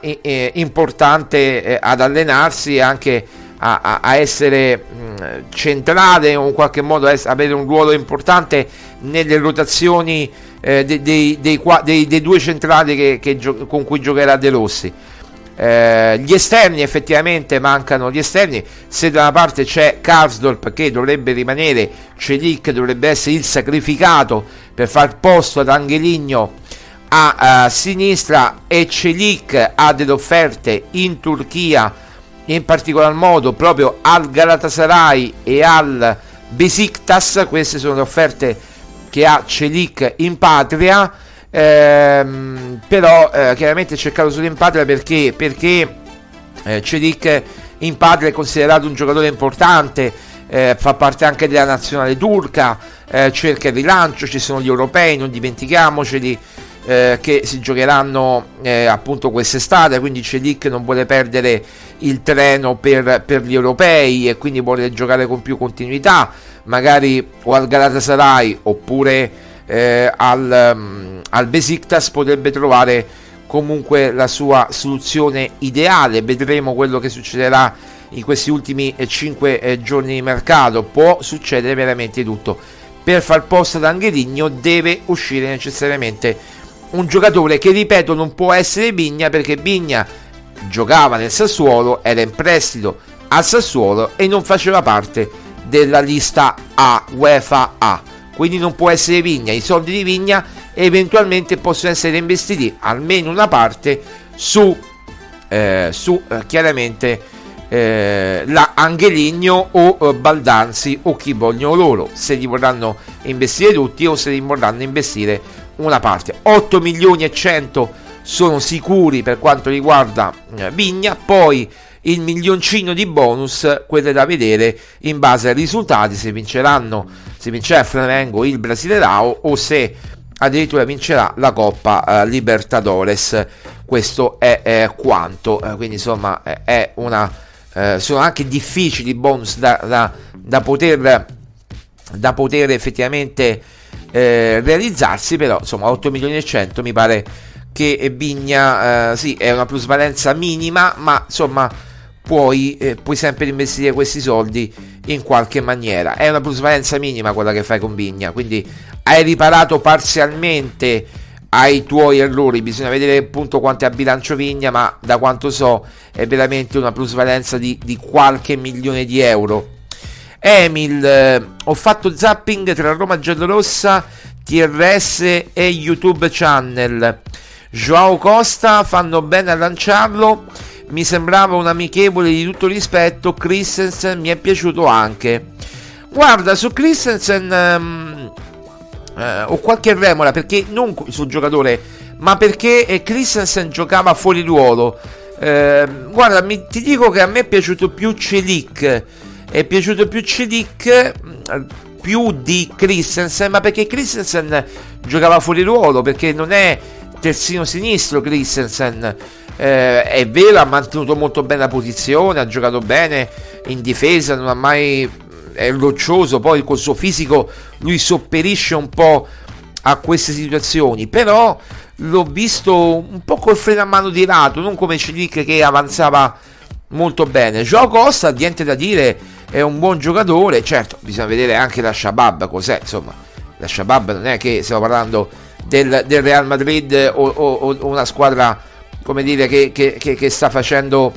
importante ad allenarsi e anche a essere centrale o in qualche modo avere un ruolo importante nelle rotazioni dei due centrali con cui giocherà De Rossi. Gli esterni effettivamente mancano, gli esterni, se da una parte c'è Karsdorp che dovrebbe rimanere, Celik dovrebbe essere il sacrificato per far posto ad Angeligno a sinistra e Celik ha delle offerte in Turchia, in particolar modo proprio al Galatasaray e al Besiktas. Queste sono le offerte che ha Celik in patria, però chiaramente è cercato solo in patria perché Celik in patria è considerato un giocatore importante, fa parte anche della nazionale turca, cerca il rilancio, ci sono gli europei, non dimentichiamoceli, che si giocheranno appunto quest'estate, quindi Celik non vuole perdere il treno per gli europei e quindi vuole giocare con più continuità, magari o al Galatasaray oppure al Besiktas potrebbe trovare comunque la sua soluzione ideale. Vedremo quello che succederà in questi ultimi 5 giorni di mercato. Può succedere veramente tutto. Per far posto ad Angeligno deve uscire necessariamente un giocatore che, ripeto, non può essere Vigna, perché Vigna giocava nel Sassuolo, era in prestito al Sassuolo e non faceva parte della lista A, UEFA A, quindi non può essere Vigna. I soldi di Vigna eventualmente possono essere investiti, almeno una parte, su chiaramente la Angeligno o Baldanzi o chi vogliono loro, se li vorranno investire tutti o se li vorranno investire una parte. 8 milioni e 100 sono sicuri per quanto riguarda Vigna, poi il milioncino di bonus, quello da vedere in base ai risultati, se vincerà Flamengo il Brasileirao o se addirittura vincerà la Coppa Libertadores. Questo è quanto, quindi insomma è una sono anche difficili bonus da poter effettivamente realizzarsi, però insomma 8 milioni e 100 mi pare che Vigna sì, è una plusvalenza minima, ma insomma puoi sempre investire questi soldi in qualche maniera. È una plusvalenza minima quella che fai con Vigna, quindi hai riparato parzialmente ai tuoi errori. Bisogna vedere appunto quanto è a bilancio Vigna, ma da quanto so è veramente una plusvalenza di qualche milione di euro. Emil, ho fatto zapping tra Roma Giallorossa, TRS e YouTube channel. Joao Costa fanno bene a lanciarlo, mi sembrava un amichevole di tutto rispetto. Christensen mi è piaciuto anche. Guarda, su Christensen ho qualche remora, perché non sul giocatore, ma perché Christensen giocava fuori ruolo. Guarda, ti dico che a me è piaciuto più Celik, più di Christensen, ma perché Christensen giocava fuori ruolo, perché non è terzino sinistro. Christensen è vero, ha mantenuto molto bene la posizione, ha giocato bene in difesa, non ha mai, è roccioso, poi col suo fisico lui sopperisce un po' a queste situazioni, però l'ho visto un po' col freno a mano tirato, non come Celic che avanzava molto bene. Joao Costa, niente da dire, è un buon giocatore. Certo, bisogna vedere anche la Shabab cos'è, insomma la Shabab non è che stiamo parlando del Real Madrid o una squadra, come dire, che sta facendo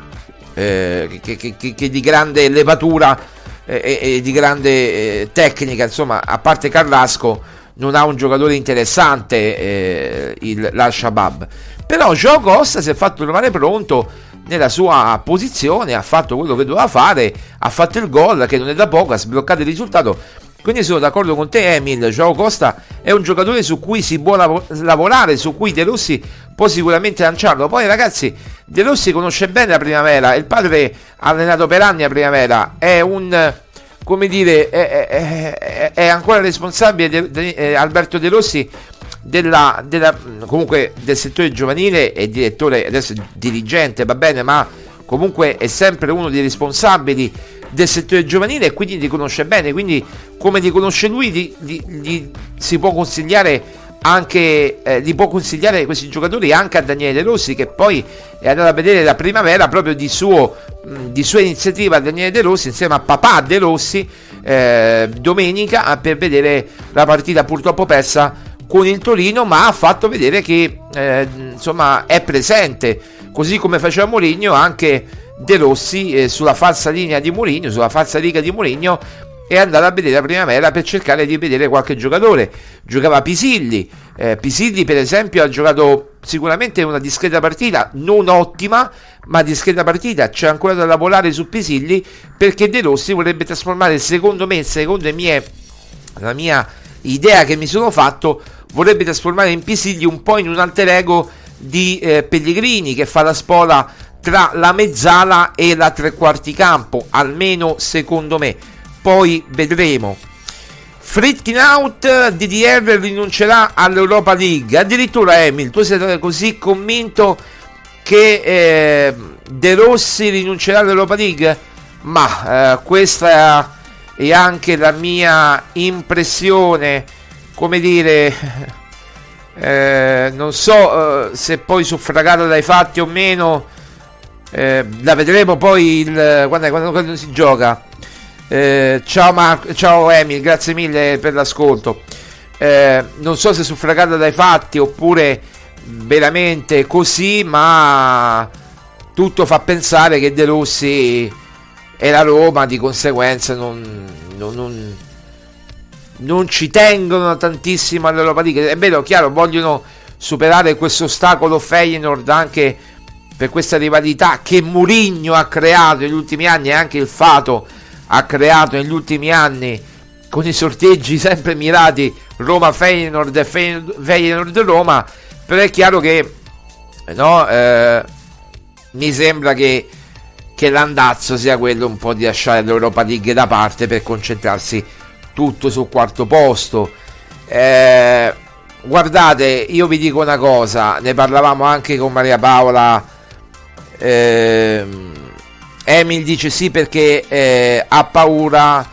che di grande levatura e di grande tecnica, insomma, a parte Carrasco non ha un giocatore interessante l'Al-Shabaab. Però Joao Costa si è fatto trovare pronto nella sua posizione, ha fatto quello che doveva fare, ha fatto il gol che non è da poco, ha sbloccato il risultato. Quindi sono d'accordo con te, Emil. Joao Costa è un giocatore su cui si può lavorare, su cui De Rossi può sicuramente lanciarlo. Poi ragazzi, De Rossi conosce bene la Primavera, il padre ha allenato per anni a Primavera, è un, come dire, è ancora responsabile Alberto De Rossi comunque del settore giovanile, e direttore, adesso dirigente, va bene, ma comunque è sempre uno dei responsabili del settore giovanile, e quindi li conosce bene. Quindi come li conosce lui, si può consigliare anche li può consigliare questi giocatori anche a Daniele De Rossi, che poi è andato a vedere la Primavera proprio di sua iniziativa. Daniele De Rossi insieme a papà De Rossi domenica, per vedere la partita purtroppo persa con il Torino, ma ha fatto vedere che insomma è presente, così come faceva Mourinho. Anche De Rossi sulla falsa linea di Mourinho, sulla falsa riga di Mourinho, è andato a vedere la Primavera per cercare di vedere qualche giocatore. Giocava Pisilli, Pisilli per esempio ha giocato sicuramente una discreta partita, non ottima ma discreta partita. C'è ancora da lavorare su Pisilli, perché De Rossi vorrebbe trasformare, secondo la mia idea che mi sono fatto, vorrebbe trasformare in Pisilli un po' in un alter ego di Pellegrini, che fa la spola tra la mezzala e la tre quarti campo, almeno secondo me. Poi vedremo. Fritkin out, DDR rinuncerà all'Europa League. Addirittura, Emil, tu sei così convinto che De Rossi rinuncerà all'Europa League? Ma questa è anche la mia impressione, come dire, non so se poi suffragata dai fatti o meno, La vedremo poi quando si gioca. Ciao Marco, ciao Emil, grazie mille per l'ascolto. Non so se suffragato dai fatti oppure veramente così, ma tutto fa pensare che De Rossi e la Roma di conseguenza non ci tengono tantissimo all'Europa League. È vero, chiaro, vogliono superare questo ostacolo Feyenoord anche per questa rivalità che Mourinho ha creato negli ultimi anni, e anche il Fato ha creato negli ultimi anni con i sorteggi sempre mirati Roma-Feyenoord e Feyenoord-Roma. Però è chiaro che mi sembra che l'andazzo sia quello un po' di lasciare l'Europa League da parte per concentrarsi tutto sul quarto posto. Guardate, io vi dico una cosa, ne parlavamo anche con Maria Paola. Emil dice sì perché ha paura,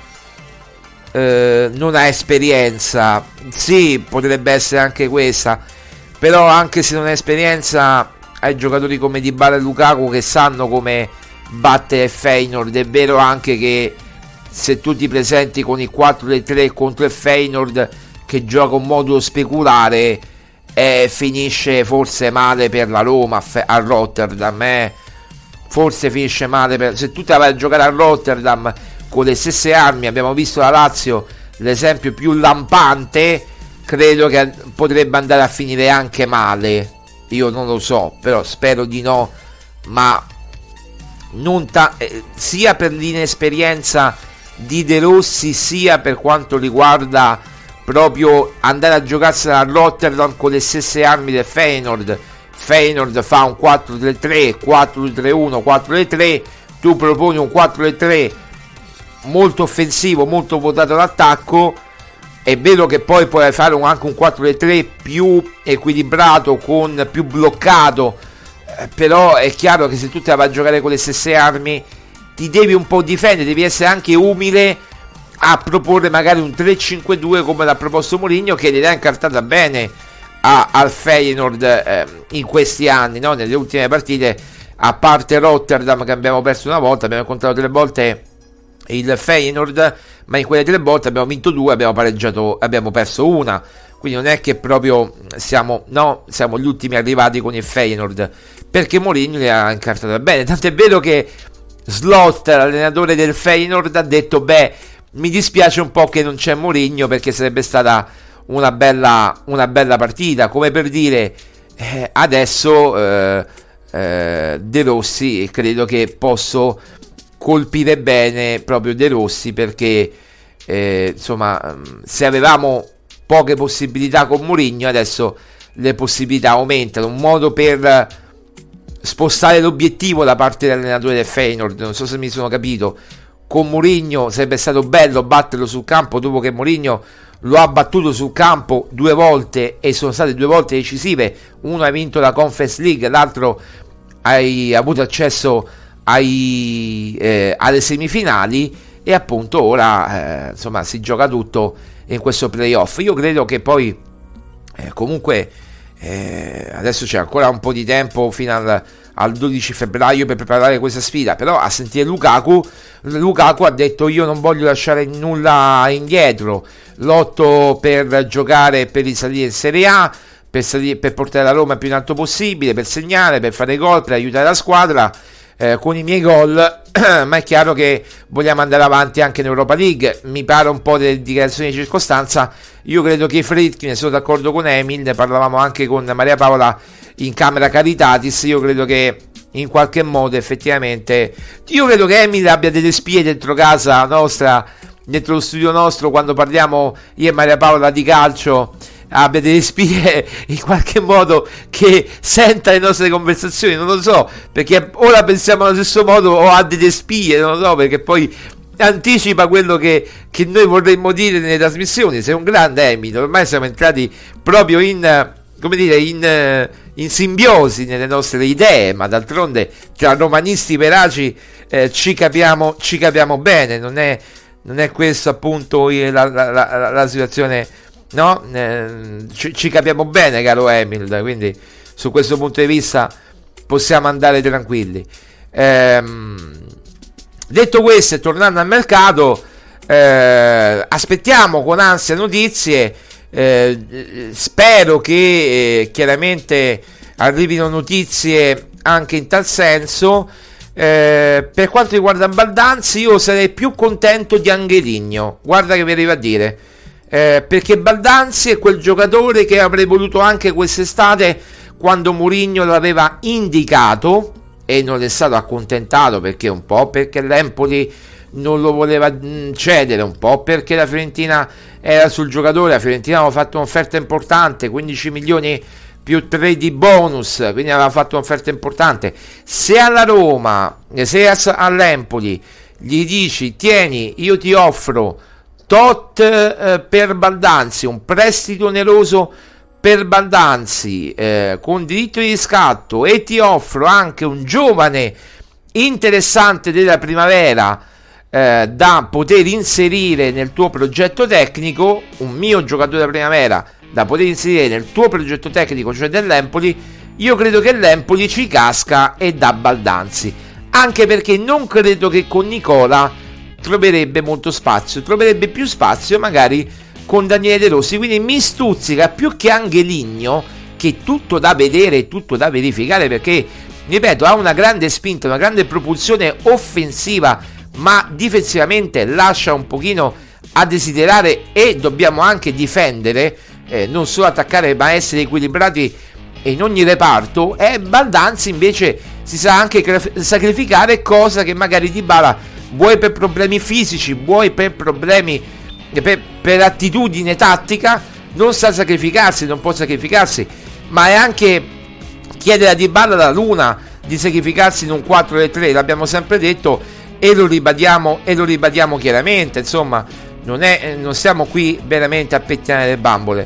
non ha esperienza. Sì, potrebbe essere anche questa, però anche se non ha esperienza, hai giocatori come Dybala e Lukaku che sanno come battere Feyenoord. È vero anche che se tu ti presenti con il 4-3 contro il Feyenoord che gioca un modulo speculare, finisce forse male per la Roma a Rotterdam. Forse finisce male se tu te la vai a giocare a Rotterdam con le stesse armi. Abbiamo visto la Lazio, l'esempio più lampante. Credo che potrebbe andare a finire anche male. Io non lo so, però spero di no. Ma non sia per l'inesperienza di De Rossi, sia per quanto riguarda proprio andare a giocarsela a Rotterdam con le stesse armi del Feyenoord. Feyenoord fa un 4-3-3, 4-3-1, 4-3, tu proponi un 4-3 molto offensivo, molto votato all'attacco. È vero che poi puoi fare anche un 4-3 più equilibrato, con più bloccato, però è chiaro che se tu te la vai a giocare con le stesse armi ti devi un po' difendere, devi essere anche umile a proporre magari un 3-5-2 come l'ha proposto Mourinho, che l'ha incartata bene al Feyenoord in questi anni, no? Nelle ultime partite, a parte Rotterdam che abbiamo perso una volta, abbiamo incontrato 3 volte il Feyenoord, ma in quelle 3 volte abbiamo vinto 2, abbiamo pareggiato, abbiamo perso una, quindi non è che proprio siamo gli ultimi arrivati con il Feyenoord, perché Mourinho li ha incartata bene. Tanto è vero che Slot, l'allenatore del Feyenoord, ha detto mi dispiace un po' che non c'è Mourinho, perché sarebbe stata una bella partita, come per dire adesso De Rossi, credo che posso colpire bene proprio De Rossi, perché insomma, se avevamo poche possibilità con Mourinho, adesso le possibilità aumentano. Un modo per spostare l'obiettivo da parte dell'allenatore del Feyenoord, non so se mi sono capito. Con Mourinho sarebbe stato bello batterlo sul campo, dopo che Mourinho lo ha battuto sul campo 2 volte, e sono state 2 volte decisive. Uno ha vinto la Conference League, l'altro ha avuto accesso alle semifinali, e appunto ora insomma si gioca tutto in questo playoff. Io credo che poi comunque adesso c'è ancora un po' di tempo fino al 12 febbraio per preparare questa sfida, però a sentire Lukaku ha detto: io non voglio lasciare nulla indietro, lotto per giocare, per risalire in Serie A, per portare la Roma il più in alto possibile, per segnare, per fare gol, per aiutare la squadra con i miei gol, ma è chiaro che vogliamo andare avanti anche in Europa League. Mi pare un po' delle dichiarazioni di circostanza. Io credo che i Friedkin, sono d'accordo con Emil, ne parlavamo anche con Maria Paola in camera Caritatis. Io credo che in qualche modo effettivamente, io credo che Emil abbia delle spie dentro casa nostra, dentro lo studio nostro, quando parliamo io e Maria Paola di calcio, abbia delle spie in qualche modo, che senta le nostre conversazioni, non lo so, perché ora pensiamo allo stesso modo, o ha delle spie, non lo so, perché poi anticipa quello che noi vorremmo dire nelle trasmissioni. Sei un grande Emil, ormai siamo entrati proprio in, come dire, in simbiosi nelle nostre idee, ma d'altronde tra romanisti veraci ci capiamo bene, non è questo appunto la situazione, no? Ci capiamo bene, caro Emil, quindi su questo punto di vista possiamo andare tranquilli. Detto questo, e tornando al mercato, aspettiamo con ansia notizie. Spero che chiaramente arrivino notizie anche in tal senso. Per quanto riguarda Baldanzi, io sarei più contento di Angeligno, guarda che vi arrivo a dire, perché Baldanzi è quel giocatore che avrei voluto anche quest'estate, quando Mourinho l'aveva indicato e non è stato accontentato, perché un po' perché l'Empoli non lo voleva cedere, un po' perché la Fiorentina era sul giocatore. La Fiorentina aveva fatto un'offerta importante, 15 milioni più 3 di bonus, quindi aveva fatto un'offerta importante. Se alla Roma, se all'Empoli gli dici tieni, io ti offro tot per Baldanzi, un prestito oneroso per Baldanzi con diritto di riscatto, e ti offro anche un giovane interessante della primavera da poter inserire nel tuo progetto tecnico, un mio giocatore della primavera da poter inserire nel tuo progetto tecnico, cioè dell'Empoli, io credo che l'Empoli ci casca e dà Baldanzi, anche perché non credo che con Nicola troverebbe molto spazio, troverebbe più spazio magari con Daniele De Rossi, quindi mi stuzzica più che Angeligno, che tutto da vedere e tutto da verificare, perché ripeto ha una grande spinta, una grande propulsione offensiva, ma difensivamente lascia un pochino a desiderare, e dobbiamo anche difendere, non solo attaccare ma essere equilibrati in ogni reparto. E Baldanzi invece si sa anche sacrificare, cosa che magari Dybala, vuoi per problemi fisici, vuoi per problemi per attitudine tattica, non sa sacrificarsi, non può sacrificarsi, ma è anche chiedere a Dybala la luna di sacrificarsi in un 4-3, l'abbiamo sempre detto e lo ribadiamo chiaramente. Insomma, non stiamo qui veramente a pettinare le bambole,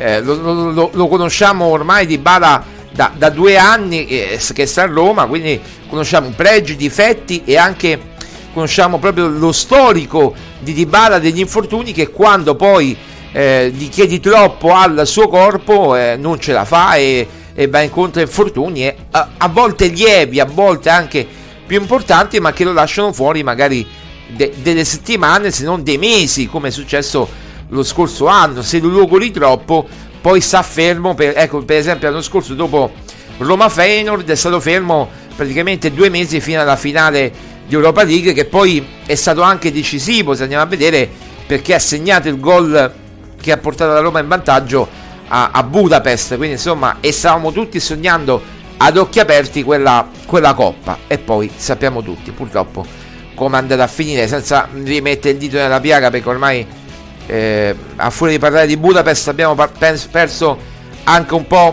lo conosciamo ormai Dybala da 2 anni che sta a Roma, quindi conosciamo pregi, difetti e anche conosciamo proprio lo storico di Dybala degli infortuni, che quando poi gli chiedi troppo al suo corpo non ce la fa e va incontro a infortuni a volte lievi, a volte anche più importanti, ma che lo lasciano fuori magari delle settimane, se non dei mesi, come è successo lo scorso anno. Se lo logori troppo poi sta fermo, per esempio l'anno scorso dopo Roma-Feyenoord è stato fermo praticamente 2 mesi fino alla finale di Europa League, che poi è stato anche decisivo, se andiamo a vedere, perché ha segnato il gol che ha portato la Roma in vantaggio a Budapest. Quindi insomma, e stavamo tutti sognando ad occhi aperti quella coppa, e poi sappiamo tutti purtroppo come è andata a finire, senza rimettere il dito nella piaga, perché ormai a furia di parlare di Budapest abbiamo perso anche un po'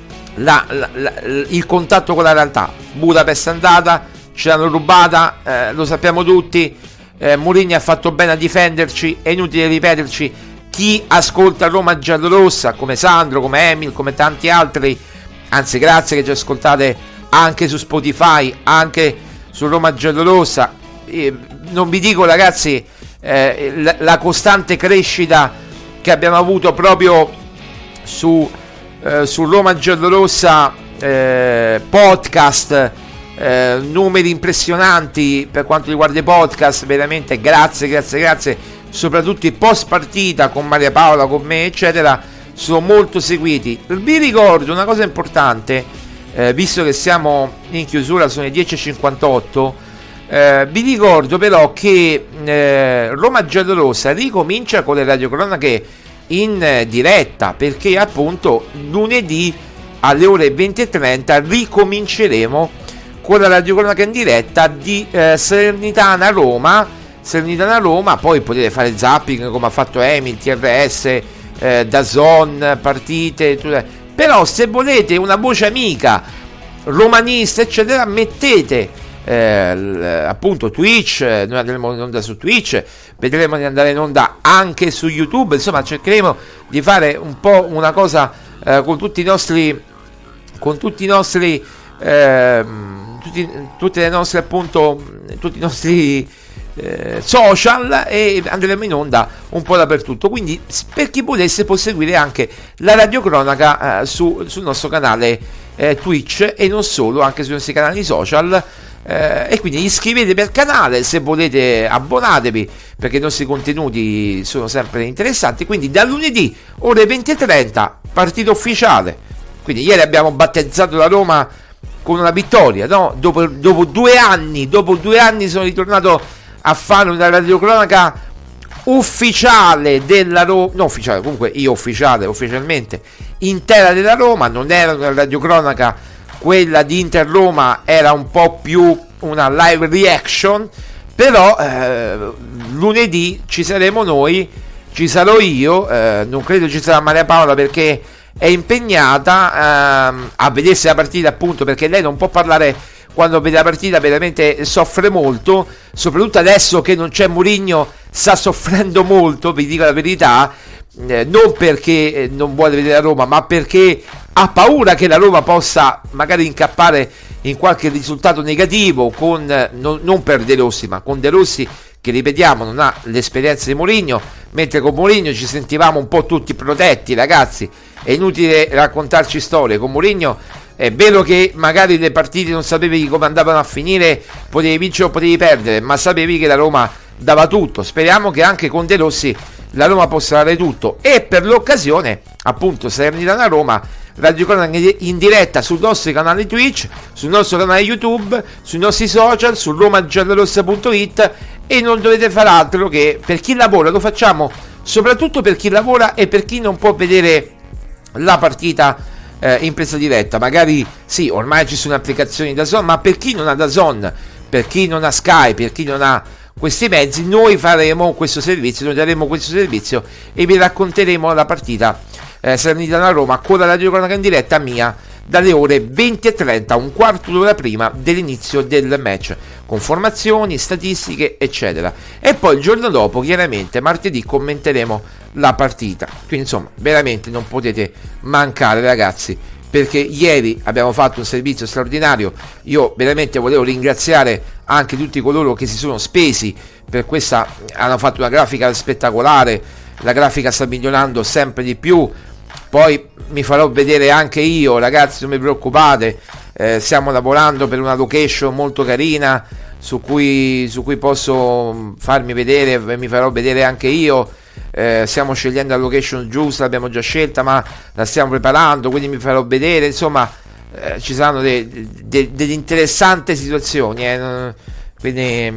il contatto con la realtà. Budapest è andata, ce l'hanno rubata, lo sappiamo tutti. Mourinho ha fatto bene a difenderci, è inutile ripeterci. Chi ascolta Roma giallorossa, come Sandro, come Emil, come tanti altri, anzi grazie che ci ascoltate anche su Spotify, anche su Roma giallorossa, non vi dico ragazzi la costante crescita che abbiamo avuto proprio su Roma giallorossa podcast, numeri impressionanti per quanto riguarda i podcast, veramente grazie, soprattutto i post partita con Maria Paola, con me eccetera, sono molto seguiti. Vi ricordo una cosa importante, visto che siamo in chiusura, sono le 10:58, vi ricordo però che Roma giallorossa ricomincia con le radiocronache in diretta, perché appunto lunedì alle ore 20:30 ricominceremo con la radiocronaca in diretta di Salernitana Roma, poi potete fare zapping come ha fatto Emil, TRS, DAZN, partite, però se volete una voce amica romanista eccetera, mettete appunto Twitch, noi andremo in onda su Twitch, vedremo di andare in onda anche su YouTube, insomma cercheremo di fare un po' una cosa con tutti i nostri tutte le nostre appunto tutti i nostri social, e andremo in onda un po' dappertutto. Quindi per chi volesse può seguire anche la radiocronaca sul nostro canale Twitch, e non solo, anche sui nostri canali social. e quindi iscrivetevi al canale, se volete abbonatevi, perché i nostri contenuti sono sempre interessanti. Quindi da lunedì ore 20:30 partita ufficiale. Quindi ieri abbiamo battezzato la Roma con una vittoria, no? Dopo 2 anni sono ritornato a fare una radiocronaca ufficiale della Roma, no ufficiale, comunque io ufficialmente intera della Roma. Non era una radiocronaca, quella di Inter Roma era un po' più una live reaction, però lunedì ci saremo noi, ci sarò io, non credo ci sarà Maria Paola perché è impegnata a vedersi la partita, appunto perché lei non può parlare quando vede la partita, veramente soffre molto, soprattutto adesso che non c'è Mourinho, sta soffrendo molto, vi dico la verità, non perché non vuole vedere la Roma, ma perché ha paura che la Roma possa magari incappare in qualche risultato negativo non per De Rossi, ma con De Rossi, che ripetiamo non ha l'esperienza di Mourinho, mentre con Mourinho ci sentivamo un po' tutti protetti, ragazzi. È inutile raccontarci storie. Con Mourinho è vero che magari le partite non sapevi come andavano a finire, potevi vincere o potevi perdere, ma sapevi che la Roma dava tutto. Speriamo che anche con De Rossi la Roma possa dare tutto, e per l'occasione appunto Salernitana Roma, radiocronaca in diretta sul nostro canale Twitch, sul nostro canale YouTube, sui nostri social, su romagiallorossa.it, e non dovete fare altro che, per chi lavora lo facciamo soprattutto per chi lavora e per chi non può vedere la partita in presa diretta. Magari sì, ormai ci sono applicazioni da DAZN, ma per chi non ha DAZN, per chi non ha Sky, per chi non ha questi mezzi, noi faremo questo servizio, noi daremo questo servizio e vi racconteremo la partita Salernitana Roma con la radiocronaca in diretta mia dalle ore 20:30, un quarto d'ora prima dell'inizio del match, con formazioni, statistiche eccetera, e poi il giorno dopo, chiaramente martedì, commenteremo la partita. Quindi insomma veramente non potete mancare, ragazzi, perché ieri abbiamo fatto un servizio straordinario. Io veramente volevo ringraziare anche tutti coloro che si sono spesi per questa, hanno fatto una grafica spettacolare, la grafica sta migliorando sempre di più, poi mi farò vedere anche io, ragazzi, non vi preoccupate, stiamo lavorando per una location molto carina su cui posso farmi vedere, mi farò vedere anche io. Stiamo scegliendo la location giusta, l'abbiamo già scelta ma la stiamo preparando, quindi mi farò vedere, insomma ci saranno delle interessanti situazioni, quindi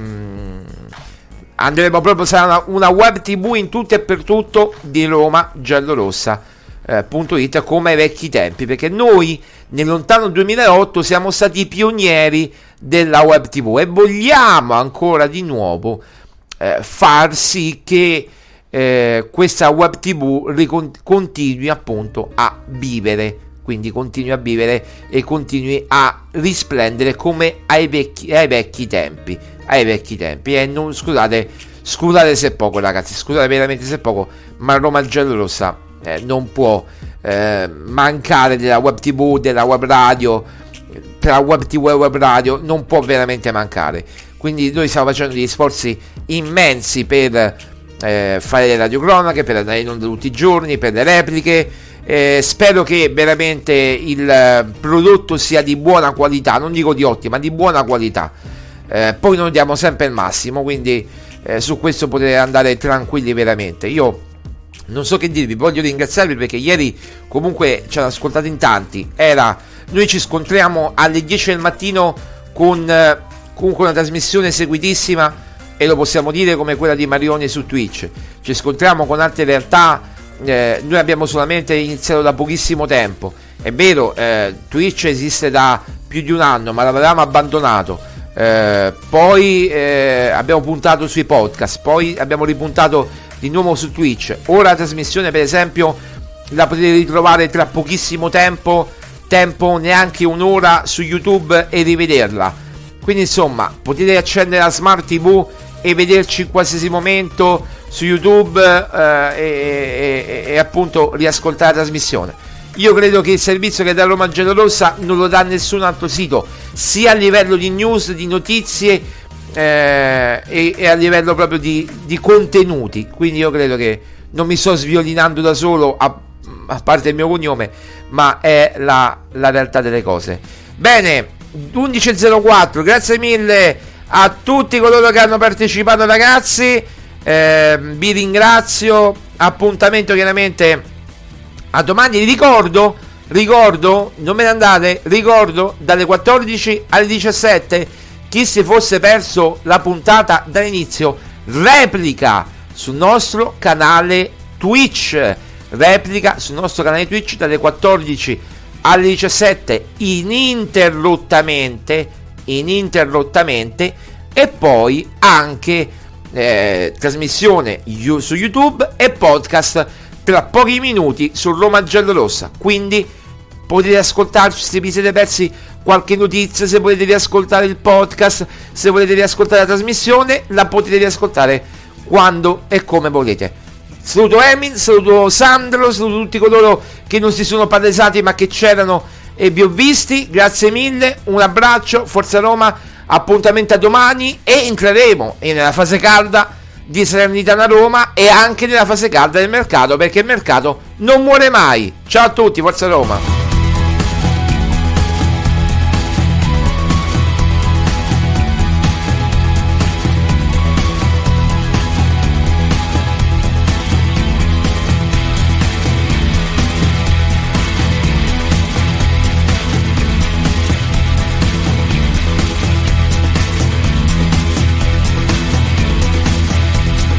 andremo proprio, sarà una web tv in tutto e per tutto di Roma giallorossa.it, come ai vecchi tempi, perché noi nel lontano 2008 siamo stati pionieri della web tv e vogliamo ancora di nuovo far sì che questa web tv continui appunto a vivere, quindi continui a vivere e continui a risplendere come ai vecchi tempi, e non, scusate se è poco, ragazzi, scusate veramente se è poco, ma Roma giallorossa non può mancare della web tv, della web radio, tra web tv e web radio non può veramente mancare. Quindi noi stiamo facendo degli sforzi immensi per fare le radiocronache, per andare in onda tutti i giorni, per le repliche. Spero che veramente il prodotto sia di buona qualità, non dico di ottima, ma di buona qualità. Poi noi diamo sempre il massimo, quindi su questo potete andare tranquilli veramente. Io non so che dirvi, voglio ringraziarvi perché ieri comunque ci hanno ascoltato in tanti. Noi ci scontriamo alle 10 del mattino con comunque una trasmissione seguitissima, e lo possiamo dire, come quella di Marioni su Twitch. Ci scontriamo con altre realtà, noi abbiamo solamente iniziato da pochissimo tempo, è vero, Twitch esiste da più di un anno, ma l'avevamo abbandonato, poi abbiamo puntato sui podcast, poi abbiamo ripuntato di nuovo su Twitch. Ora la trasmissione, per esempio, la potete ritrovare tra pochissimo tempo neanche un'ora su YouTube e rivederla. Quindi insomma potete accendere la Smart TV e vederci in qualsiasi momento su YouTube e appunto riascoltare la trasmissione. Io credo che il servizio che dà Roma giallorossa non lo dà nessun altro sito, sia a livello di news, di notizie e a livello proprio di contenuti. Quindi io credo che non mi sto sviolinando da solo, a parte il mio cognome, ma è la realtà delle cose. Bene, 11.04. Grazie mille a tutti coloro che hanno partecipato, ragazzi, vi ringrazio. Appuntamento chiaramente a domani. Ricordo, non me ne andate, ricordo dalle 14 alle 17, chi si fosse perso la puntata dall'inizio, replica sul nostro canale Twitch, dalle 14 alle 17 ininterrottamente, e poi anche trasmissione su YouTube e podcast tra pochi minuti su Roma Giallorossa. Quindi potete ascoltarci se vi siete persi qualche notizia, se volete riascoltare il podcast, se volete riascoltare la trasmissione, la potete riascoltare quando e come volete. Saluto Emin, saluto Sandro, saluto tutti coloro che non si sono palesati ma che c'erano e vi ho visti. Grazie mille, un abbraccio, Forza Roma. Appuntamento a domani, e entreremo nella fase calda di Salernitana Roma e anche nella fase calda del mercato, perché il mercato non muore mai. Ciao a tutti, Forza Roma.